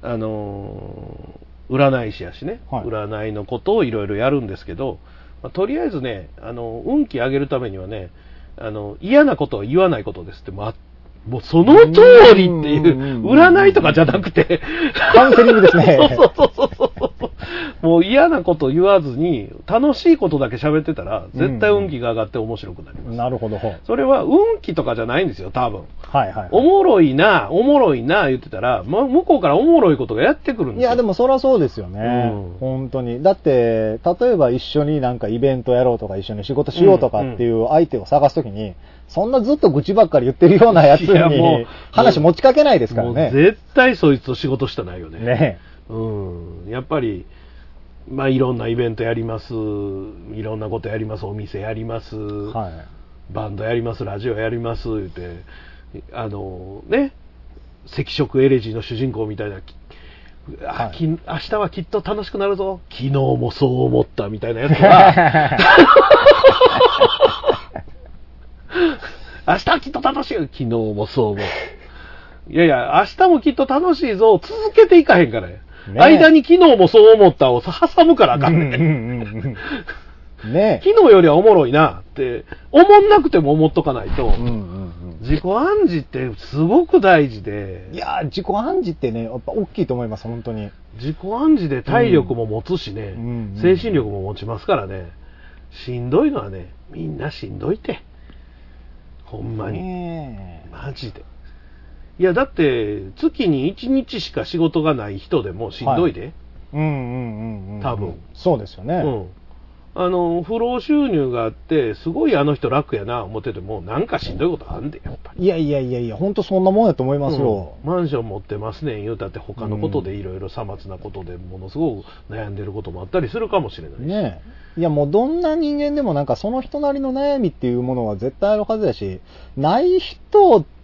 占い師やしね、占いのことをいろいろやるんですけど、まあ、とりあえずね、運気上げるためにはね、嫌なことは言わないことですって、もうその通りっていう、占いとかじゃなくて、 カウンセリングですね。 そう。もう嫌なこと言わずに、楽しいことだけ喋ってたら、絶対運気が上がって面白くなります。 なるほど。 それは運気とかじゃないんですよ、多分。おもろいな言ってたら、向こうからおもろいことがやってくるんですよ。 いや、でもそりゃそうですよね。本当に。だって、例えば一緒になんかイベントやろうとか、一緒に仕事しようとかっていう相手を探すときに、そんなずっと愚痴ばっかり言ってるようなやつに話持ちかけないですからね。 もう絶対そいつと仕事したないよね。やっぱり、まあいろんなイベントやります、いろんなことやります、お店やります、バンドやります、ラジオやります言って、赤色エレジーの主人公みたいな、明日はきっと楽しくなるぞ、昨日もそう思ったみたいなやつが明日はきっと楽しいよ、昨日もそう思う。いやいや、明日もきっと楽しいぞ、続けていかへんからや。間に昨日もそう思ったを挟むからあかんね。昨日よりはおもろいなって思んなくても思っとかないと、自己暗示ってすごく大事で。 いや、自己暗示ってね、やっぱ大きいと思います、本当に。 自己暗示で体力も持つしね、精神力も持ちますからね。しんどいのはね、みんなしんどいて。ほんまに。マジで。いや、だって、月に1日しか仕事がない人でもしんどいで。多分。 そうですよね。 不労収入があって、すごいあの人楽やな思ってても、なんかしんどいことあんで、やっぱり。 いや、ほんとそんなもんやと思いますよ。 マンション持ってますねん言うたって他のことでいろいろさまつなことでものすごく悩んでることもあったりするかもしれないし。 ねえ。いや、もうどんな人間でもなんかその人なりの悩みっていうものは絶対あるはずだし、ない人って、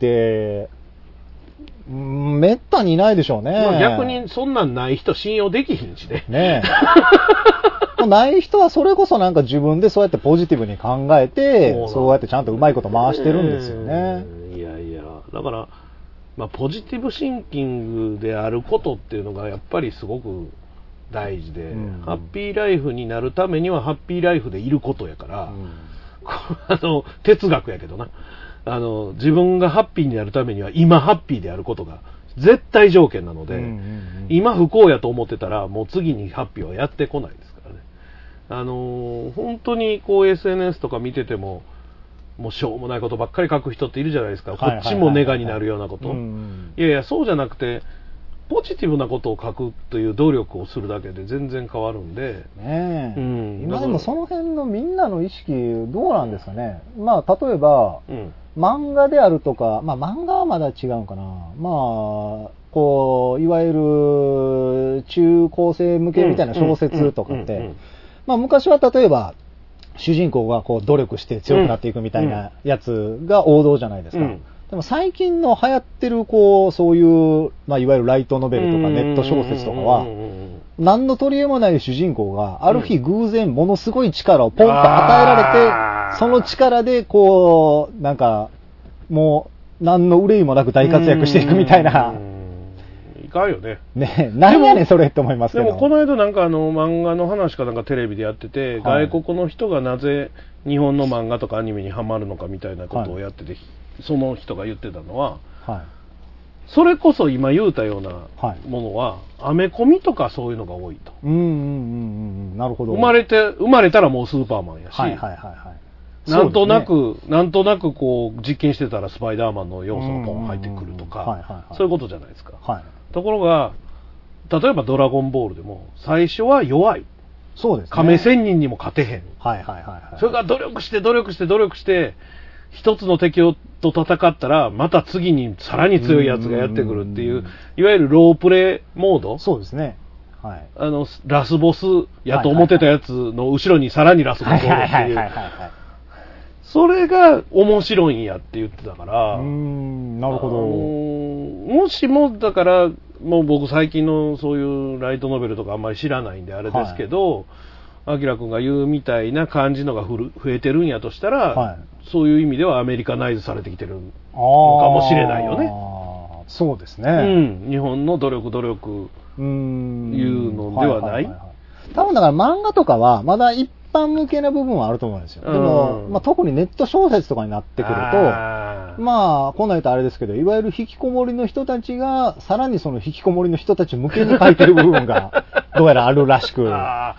めったにいないでしょうね。 まあ逆にそんなんない人信用できひんしね。 ねえ。ない人はそれこそなんか自分でそうやってポジティブに考えて、そうやってちゃんとうまいこと回してるんですよね。 いや、だから、まあポジティブシンキングであることっていうのがやっぱりすごく大事で、ハッピーライフになるためにはハッピーライフでいることやから、哲学やけどな。自分がハッピーになるためには今ハッピーであることが絶対条件なので、今不幸やと思ってたらもう次にハッピーはやってこないですからね。本当にこう SNS とか見ててももうしょうもないことばっかり書く人っているじゃないですか。こっちもネガになるようなこと。いやそうじゃなくてポジティブなことを書くという努力をするだけで全然変わるんで、 今でもその辺のみんなの意識どうなんですかね。まあ例えば、漫画であるとか、まあ漫画はまだ違うかな。まあこういわゆる中高生向けみたいな小説とかって、まあ昔は例えば主人公がこう努力して強くなっていくみたいなやつが王道じゃないですか。でも最近の流行ってるこうそういう、まあ、いわゆるライトノベルとかネット小説とかは何の取り柄もない主人公がある日偶然ものすごい力をポンと与えられて、その力でこうなんかもう何の憂いもなく大活躍していくみたいな。 いかんよね。 ね、何やねんそれって思いますけど。 でもこの間なんか漫画の話かなんかテレビでやってて、外国の人がなぜ日本の漫画とかアニメにハマるのかみたいなことをやってて、その人が言ってたのは、それこそ今言うたようなものは、アメコミとかそういうのが多いと。 なるほど。 生まれたらもうスーパーマンやし、 なんとなくこう実験してたらスパイダーマンの要素がポン入ってくるとか、そういうことじゃないですか。はい、ところが、例えばドラゴンボールでも最初は弱い。 そうですね。 亀仙人にも勝てへん。 はいはいはい、はい。 それが努力して、一つの敵と戦ったら、また次にさらに強いやつがやってくるっていう、いわゆるロープレイモード。 そうですね。はい。 ラスボスやと思ってたやつの後ろにさらにラスボスがおるっていう。それが面白いんやって言ってたから。 なるほど。 もしも、だから、もう僕最近のそういうライトノベルとかあんまり知らないんであれですけど、アキラ君が言うみたいな感じのが増えてるんやとしたら、はい、そういう意味ではアメリカナイズされてきてるのかもしれないよね。 そうですね。 うん。日本の努力いうのではない。 多分だから漫画とかはまだ一般向けな部分はあると思うんですよ。でも、特にネット小説とかになってくると、こんなん言うとあれですけど、いわゆる引きこもりの人たちが、さらにその引きこもりの人たち向けに書いてる部分が、どうやらあるらしく。 だから、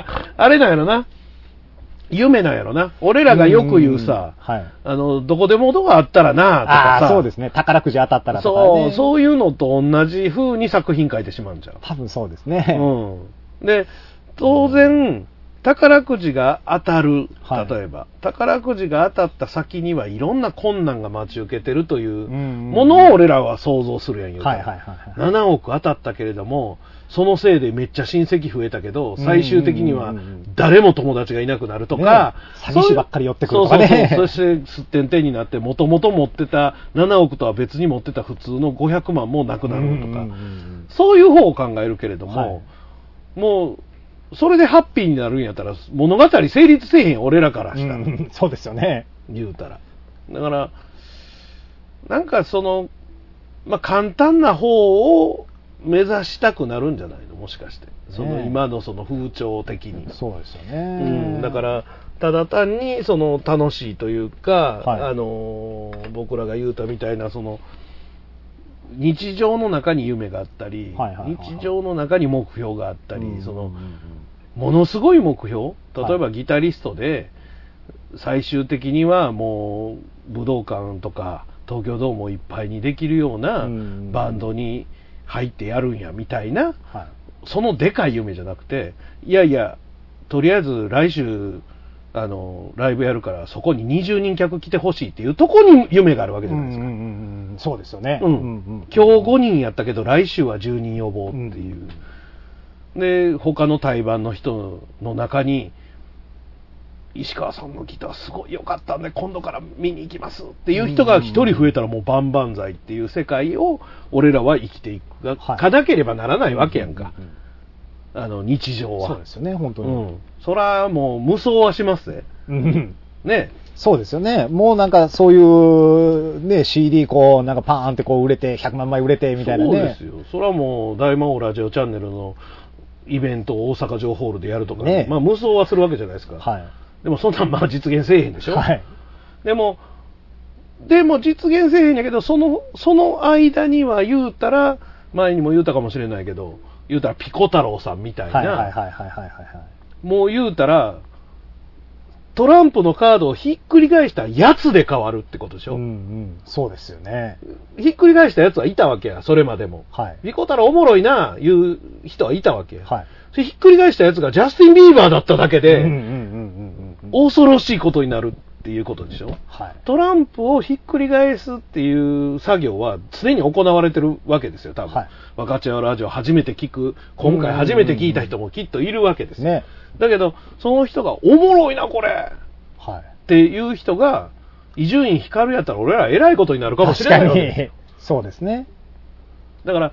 あれなんやろな。夢なんやろな。俺らがよく言うさ、どこでもドアあったらな、とかさ。 そうですね。宝くじ当たったらとかね。 そういうのと同じ風に作品書いてしまうんじゃん。 多分そうですね。 で、当然、宝くじが当たる。例えば、宝くじが当たった先にはいろんな困難が待ち受けてるというものを俺らは想像するやんよ。7億当たったけれども、そのせいでめっちゃ親戚増えたけど、最終的には誰も友達がいなくなるとか、 詐欺師ばっかり寄ってくるとかね。 そしてすってんてんになって、もともと持ってた7億とは別に持ってた普通の500万もなくなるとか、そういう方を考えるけれども、もう、それでハッピーになるんやったら、物語成立せえへん、俺らからしたら。 そうですよね。 言うたら。だから、なんか簡単な方を目指したくなるんじゃないの、もしかして。今のその風潮的に。 そうですよね。 だから、ただ単に楽しいというか、僕らが言うたみたいな日常の中に夢があったり、日常の中に目標があったり、ものすごい目標、例えばギタリストで、最終的にはもう武道館とか東京ドームをいっぱいにできるようなバンドに入ってやるんやみたいな、そのでかい夢じゃなくて、いやいや、とりあえず来週ライブやるからそこに20人客来てほしいっていうとこに夢があるわけじゃないですか。 そうですよね。 今日5人やったけど来週は10人呼ぼうっていう。で、他の対バンの人の中に、石川さんのギターすごい良かったんで今度から見に行きますっていう人が一人増えたらもう万々歳っていう世界を俺らは生きていくかなければならないわけやんか。日常は。 そうですよね、本当に。 そらもう無双はしますね。ね。 そうですよね。もうなんかそういうね、CD パーンって売れて、100万枚売れてみたいなね。 そうですよ。それはもう大魔王ラジオチャンネルのイベントを大阪城ホールでやるとか、無双はするわけじゃないですか。でもそんなん実現せえへんでしょ。でも実現せえへんやけど、その間には言うたら、前にも言うたかもしれないけど、言うたらピコ太郎さんみたいな、もう言うたら、トランプのカードをひっくり返したやつで変わるってことでしょ。 そうですよね。 ひっくり返したやつはいたわけや、それまでも。ピコ太郎おもろいな、いう人はいたわけや。ひっくり返したやつがジャスティン・ビーバーだっただけで、恐ろしいことになるっていうことでしょ。トランプをひっくり返すっていう作業は常に行われてるわけですよ、多分。分かち合うラジオ初めて聞く、今回初めて聞いた人もきっといるわけですよ。だけど、その人がおもろいな、これ、っていう人が、伊集院光やったら俺ら偉いことになるかもしれないわけ。 そうですね。 だから、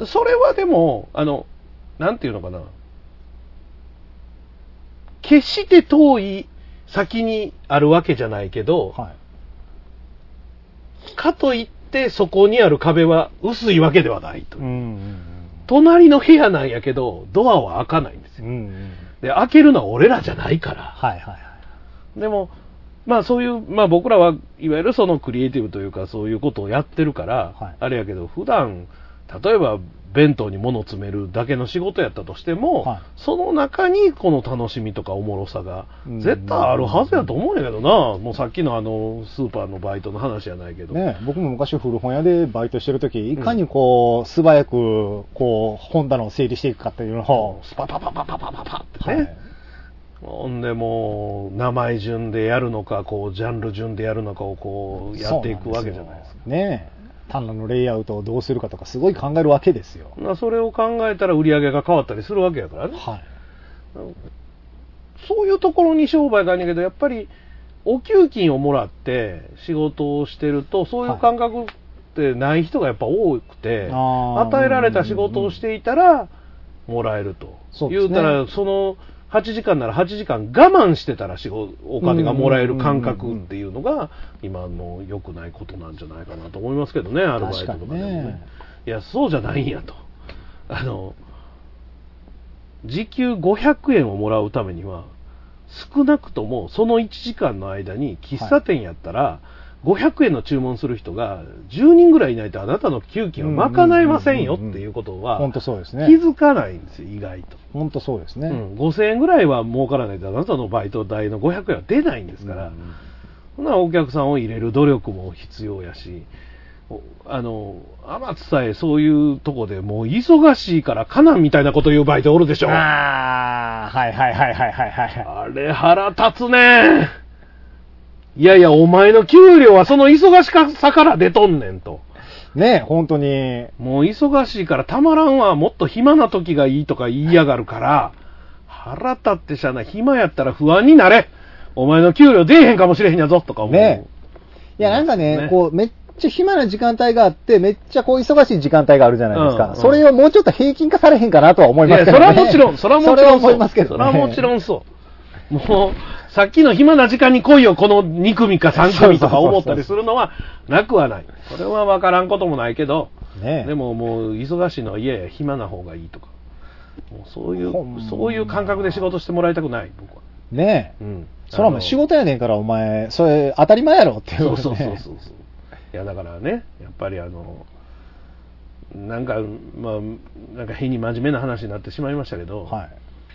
それはでも、なんていうのかな。決して遠い先にあるわけじゃないけど、かといってそこにある壁は薄いわけではないと。隣の部屋なんやけど、ドアは開かないんですよ。で、開けるのは俺らじゃないから。でも、そういう、僕らはいわゆるそのクリエイティブというかそういうことをやってるから、あれやけど、普段、 例えば弁当に物を詰めるだけの仕事やったとしても、はい、その中にこの楽しみとかおもろさが絶対あるはずやと思うんやけどな。もうさっきのスーパーのバイトの話じゃないけど、 ね、僕も昔古本屋でバイトしてる時、いかにこう素早くこう本棚を整理していくかっていうのをスパパパパパパパパってね、はい、ほんでもう名前順でやるのかこうジャンル順でやるのかをこうやっていくわけじゃないですかね。単なるレイアウトをどうするかとかすごい考えるわけですよ。 それを考えたら売り上げが変わったりするわけやからね、はい、そういうところに商売があるんやけど、やっぱりお給金をもらって仕事をしてるとそういう感覚ってない人がやっぱ多くて、はい、与えられた仕事をしていたらもらえると、言うたらその8時間なら8時間我慢してたらお金がもらえる感覚っていうのが今の良くないことなんじゃないかなと思いますけどね、アルバイトとかでもね。いやそうじゃないんやと。時給500円をもらうためには少なくともその1時間の間に喫茶店やったら500円の注文する人が10人ぐらいいないとあなたの給金は賄えませんよっていうことは気づかないんですよ、意外と。 本当そうですね、 5000円ぐらいは儲からないとあなたのバイト代の500円は出ないんですから、お客さんを入れる努力も必要やし、天津さえそういうとこでもう忙しいからカナンみたいなこと言うバイトおるでしょ。 あはいはいはいはいはいはい。 あれ腹立つね。いやいやお前の給料はその忙しさから出とんねんと。 ねえ本当にもう忙しいからたまらんわ、もっと暇な時がいいとか言いやがるから腹立ってしゃあない。暇やったら不安になれ、お前の給料出えへんかもしれへんやぞとか思うね。 いやなんかね、こうめっちゃ暇な時間帯があってめっちゃこう忙しい時間帯があるじゃないですか、それをもうちょっと平均化されへんかなとは思いますけどね。 それはもちろんそれはもちろん思いますけどね。 それはもちろんそう。もうさっきの暇な時間に来いよこの2組か3組とか思ったりするのはなくはない。それは分からんこともないけど、ね、でももう忙しいのはいやいや暇な方がいいとか、もうそういう感覚で仕事してもらいたくない僕はねえ、それはもう仕事やねんからお前それ当たり前やろっていう、ね、 そういやだからねやっぱりなんか変に真面目な話になってしまいましたけど、はい、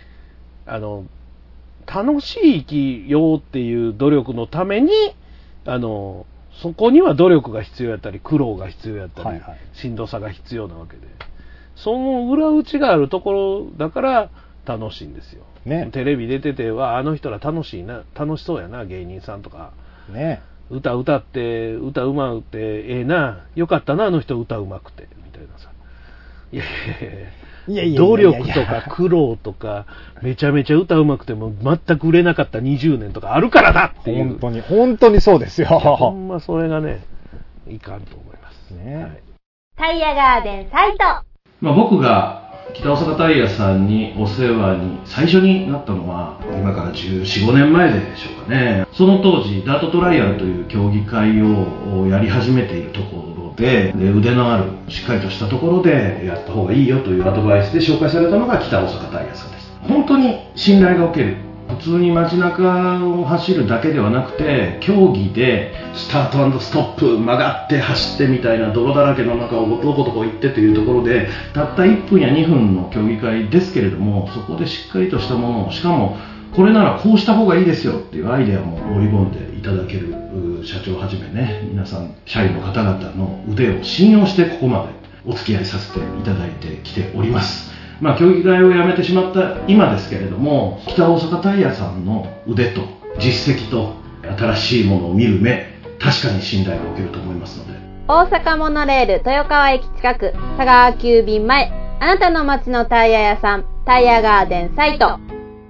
楽しい生きようっていう努力のためにそこには努力が必要やったり苦労が必要やったり、はいはい、しんどさが必要なわけで、その裏打ちがあるところだから楽しいんですよ、ね、テレビ出ててはあの人ら楽しそうやな芸人さんとか、ね、歌って歌うまくてええな、よかったなあの人歌うまくてみたいなさ、いや努力とか苦労とかめちゃめちゃ歌うまくても全く売れなかった20年とかあるからだっていう、 本当にそうですよ。 ほんまそれがねいかんと思いますね、はい、 タイヤガーデンサイト、 僕が北大阪タイヤさんにお世話に最初になったのは今から14、15年前でしょうかね。その当時ダートトライアルという競技会をやり始めているところで腕のあるしっかりとしたところでやった方がいいよというアドバイスで紹介されたのが北大阪タイヤさんです。本当に信頼がおける、普通に街中を走るだけではなくて競技でスタート&ストップ曲がって走ってみたいな泥だらけの中をどこどこ行ってというところでたった1分や2分の競技会ですけれども、そこでしっかりとしたものを、しかもこれならこうした方がいいですよっていうアイデアも盛り込んでいただける社長はじめね、皆さん社員の方々の腕を信用してここまでお付き合いさせていただいてきております。競技会をやめてしまった今ですけれども、北大阪タイヤさんの腕と実績と新しいものを見る目、確かに信頼がおけると思いますので。 大阪モノレール豊川駅近く、佐川急便前、あなたの街のタイヤ屋さん、タイヤガーデンサイト。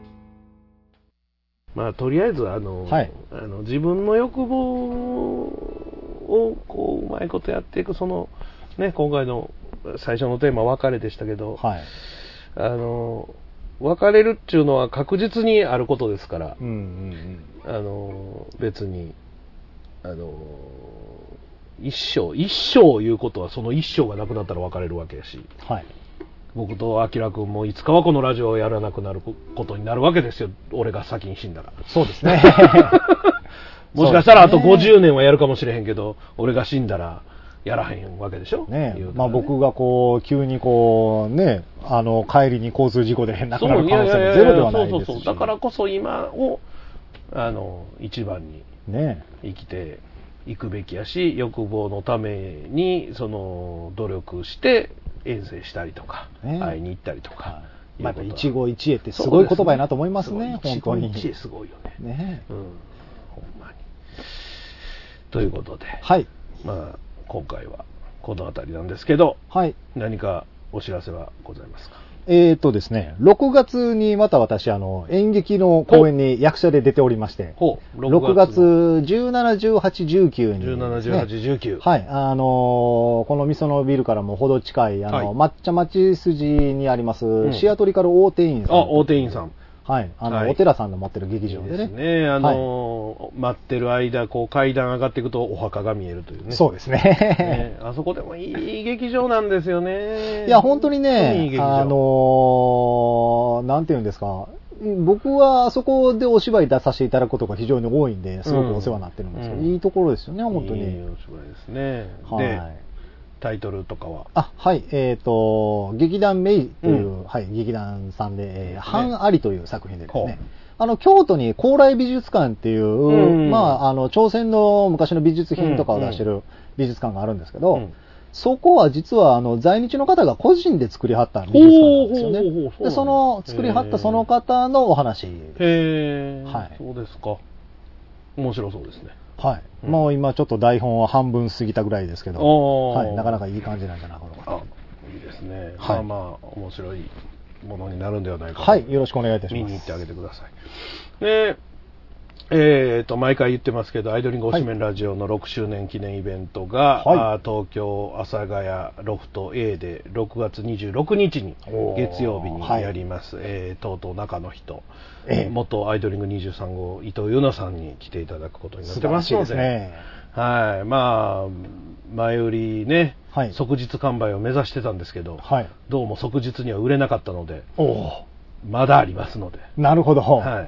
とりあえず自分の欲望をこううまいことやっていく、そのね、今回の最初のテーマ別れでしたけど、はい、別れるっていうのは確実にあることですから、別に一生いうことはその一生がなくなったら別れるわけやし、はい、僕とアキラ君もいつかはこのラジオをやらなくなることになるわけですよ、俺が先に死んだら。 そうですねもしかしたらあと50年はやるかもしれへんけど、俺が死んだらやらへんわけでしょ。 ね、まあ僕がこう急にこうね、帰りに交通事故で亡くなる可能性もゼロではないですし。 だからこそ今を一番に生きていくべきやし、欲望のためにその努力して遠征したりとか、会いに行ったりとか。 また一期一会ってすごい言葉やなと思いますね。本当に。 一期一会すごいよね。 ね、 ほんまに。ということで、 はい。 まあ今回はこの辺りなんですけど、 はい。 何かお知らせはございますか？ ですね、6月にまた私、演劇の公演に役者で出ておりまして、6月17、18、19に、ね。 17、18、19。 はい。このみそのビルからもほど近い、抹茶町筋にあります、シアトリカル大定員さん。 大定員さん。 はい。お寺さんの持ってる劇場でね。 ですね。待ってる間、こう階段上がっていくとお墓が見えるというね。 そうですね。 あそこでもいい劇場なんですよね。 いや、本当にね、なんていうんですか。僕はあそこでお芝居出させていただくことが非常に多いんで、すごくお世話になってるんですけど、いいところですよね、本当に。 いいお芝居ですね。で、タイトルとかははい。劇団メイという、はい、劇団さんで、半ありという作品でですね、京都に高麗美術館っていう、まあ、朝鮮の昔の美術品とかを出してる美術館があるんですけど、そこは実は在日の方が個人で作りはった美術館なんですよね。で、その作りはったその方のお話です。 はい。そうですか。面白そうですね。 はい。もう今ちょっと台本は半分過ぎたぐらいですけど、はい。なかなかいい感じなんじゃないかな。 いいですね。はい。まあ面白いものになるんではないかと。 はい。よろしくお願いいたします。 見に行ってあげてください。で、毎回言ってますけど、アイドリング推しメンラジオの6周年記念イベントが、東京阿佐ヶ谷ロフト A で6月26日に月曜日にやります。とうとう中の人、元アイドリング23号伊藤優奈さんに来ていただくことになってますので、はい。まあ前売りね、即日完売を目指してたんですけど、どうも即日には売れなかったので、まだありますので、 なるほど。 はい。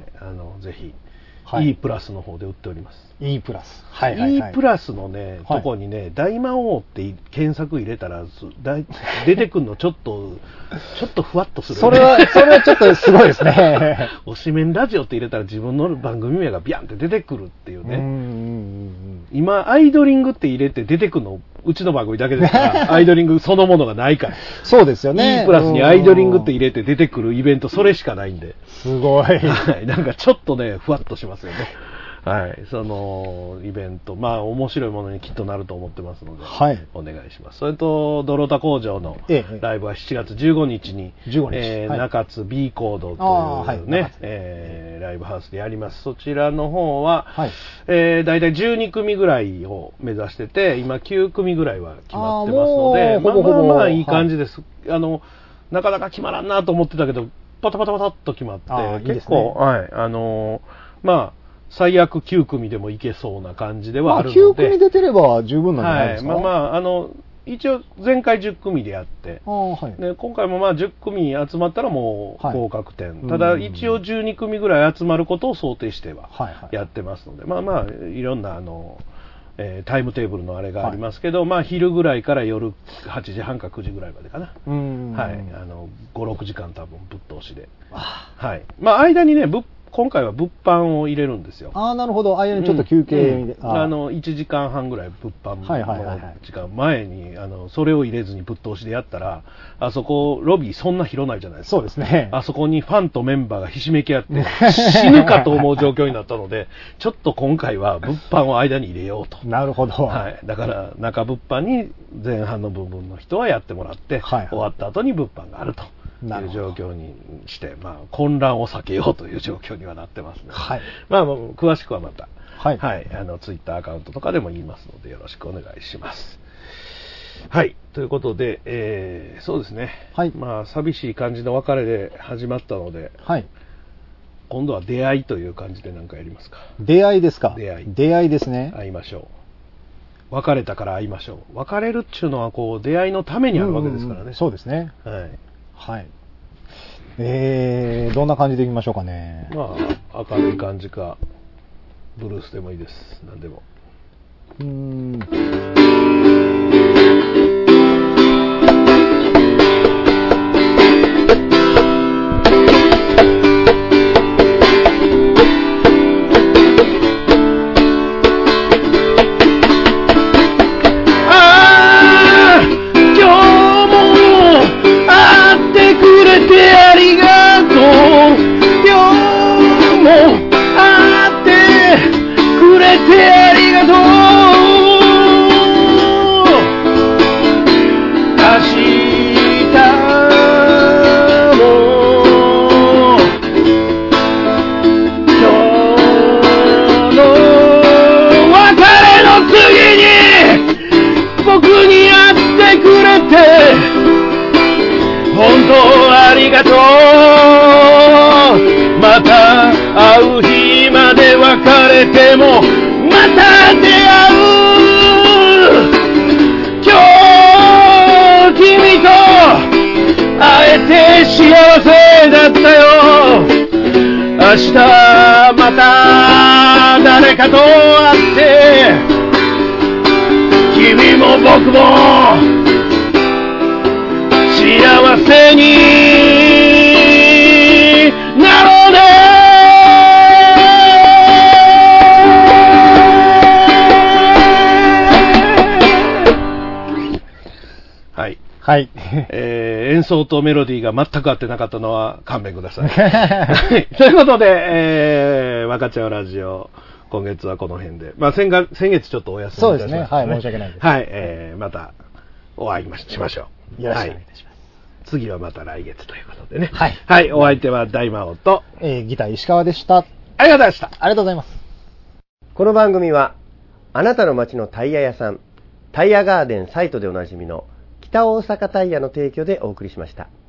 ぜひ。E プラスの方で売っております。 E プラス。 E プラスのね、とこにね、大魔王って検索入れたら、出てくるのちょっとふわっとする、ね。それはちょっとすごいですね。 推しメンラジオって入れたら自分の番組名がビャンって出てくるっていうね。今、アイドリングって入れて出てくるの、うちの番組だけですから、アイドリングそのものがないから。 そうですよね。 E プラスにアイドリングって入れて出てくるイベント、それしかないんで。 すごい。 はい。なんかちょっとね、ふわっとしますよね。はい。そのイベント、まあ面白いものにきっとなると思ってますので、はい。お願いします。それと、ドロタ工場のライブは7月15日に、中津 B コードというね、ライブハウスでやります。そちらの方は、だいたい12組ぐらいを目指してて、今9組ぐらいは決まってますので、まあいい感じです。なかなか決まらんなと思ってたけど、パタパタパタっと決まって、結構、はい。まあ、最悪9組でもいけそうな感じではあるので。 9組出てれば十分なんじゃないですか。 一応前回10組でやって、で今回もまあ10組集まったらもう合格点。ただ一応12組ぐらい集まることを想定してはやってますので、まあいろんなタイムテーブルのあれがありますけど、まあ昼ぐらいから夜8時半か9時ぐらいまでかな。はい。5、6時間多分ぶっ通しで。はい。まあ間にね、今回は物販を入れるんですよ。 なるほど。間にちょっと休憩で。 1時間半ぐらい物販の時間前に、それを入れずにぶっ通しでやったら、あそこ、ロビーそんな広ないじゃないですか。 そうですね。 あそこにファンとメンバーがひしめき合って、死ぬかと思う状況になったので、ちょっと今回は物販を間に入れようと。 なるほど。 はい。だから、中物販に前半の部分の人はやってもらって、終わった後に物販があると。いう状況にして、まあ、混乱を避けようという状況にはなってますね。はい。まあ、詳しくはまた、はい。ツイッターアカウントとかでも言いますので、よろしくお願いします。はい。ということで、そうですね。はい。まあ、寂しい感じの別れで始まったので、はい。今度は出会いという感じで何かやりますか。 出会いですか。 出会いですね。 会いましょう。別れたから会いましょう。別れるっていうのは、こう、出会いのためにあるわけですからね。 そうですね。 はい。 はい。どんな感じでいきましょうかね。 まあ、明るい感じか、ブルースでもいいです。何でも。 がとう。また会う日まで別れてもまた出会う。今日君と会えて幸せだったよ。明日また誰かと会って君も僕も幸せになろうね。はい。 はい。 演奏とメロディーが全く合ってなかったのは勘弁ください。ということで、若ちゃんラジオ、今月はこの辺で。まあ、先月ちょっとお休みいたしました、ね。そうですね。 はい、申し訳ないです。 はい、またお会いしましょう。よろしくお願いいたします。 次はまた来月ということでね。 はい。 はい、お相手は大魔王と、 ギター石川でした。ありがとうございました。 ありがとうございます。 この番組は、あなたの街のタイヤ屋さん、タイヤガーデンサイトでおなじみの北大阪タイヤの提供でお送りしました。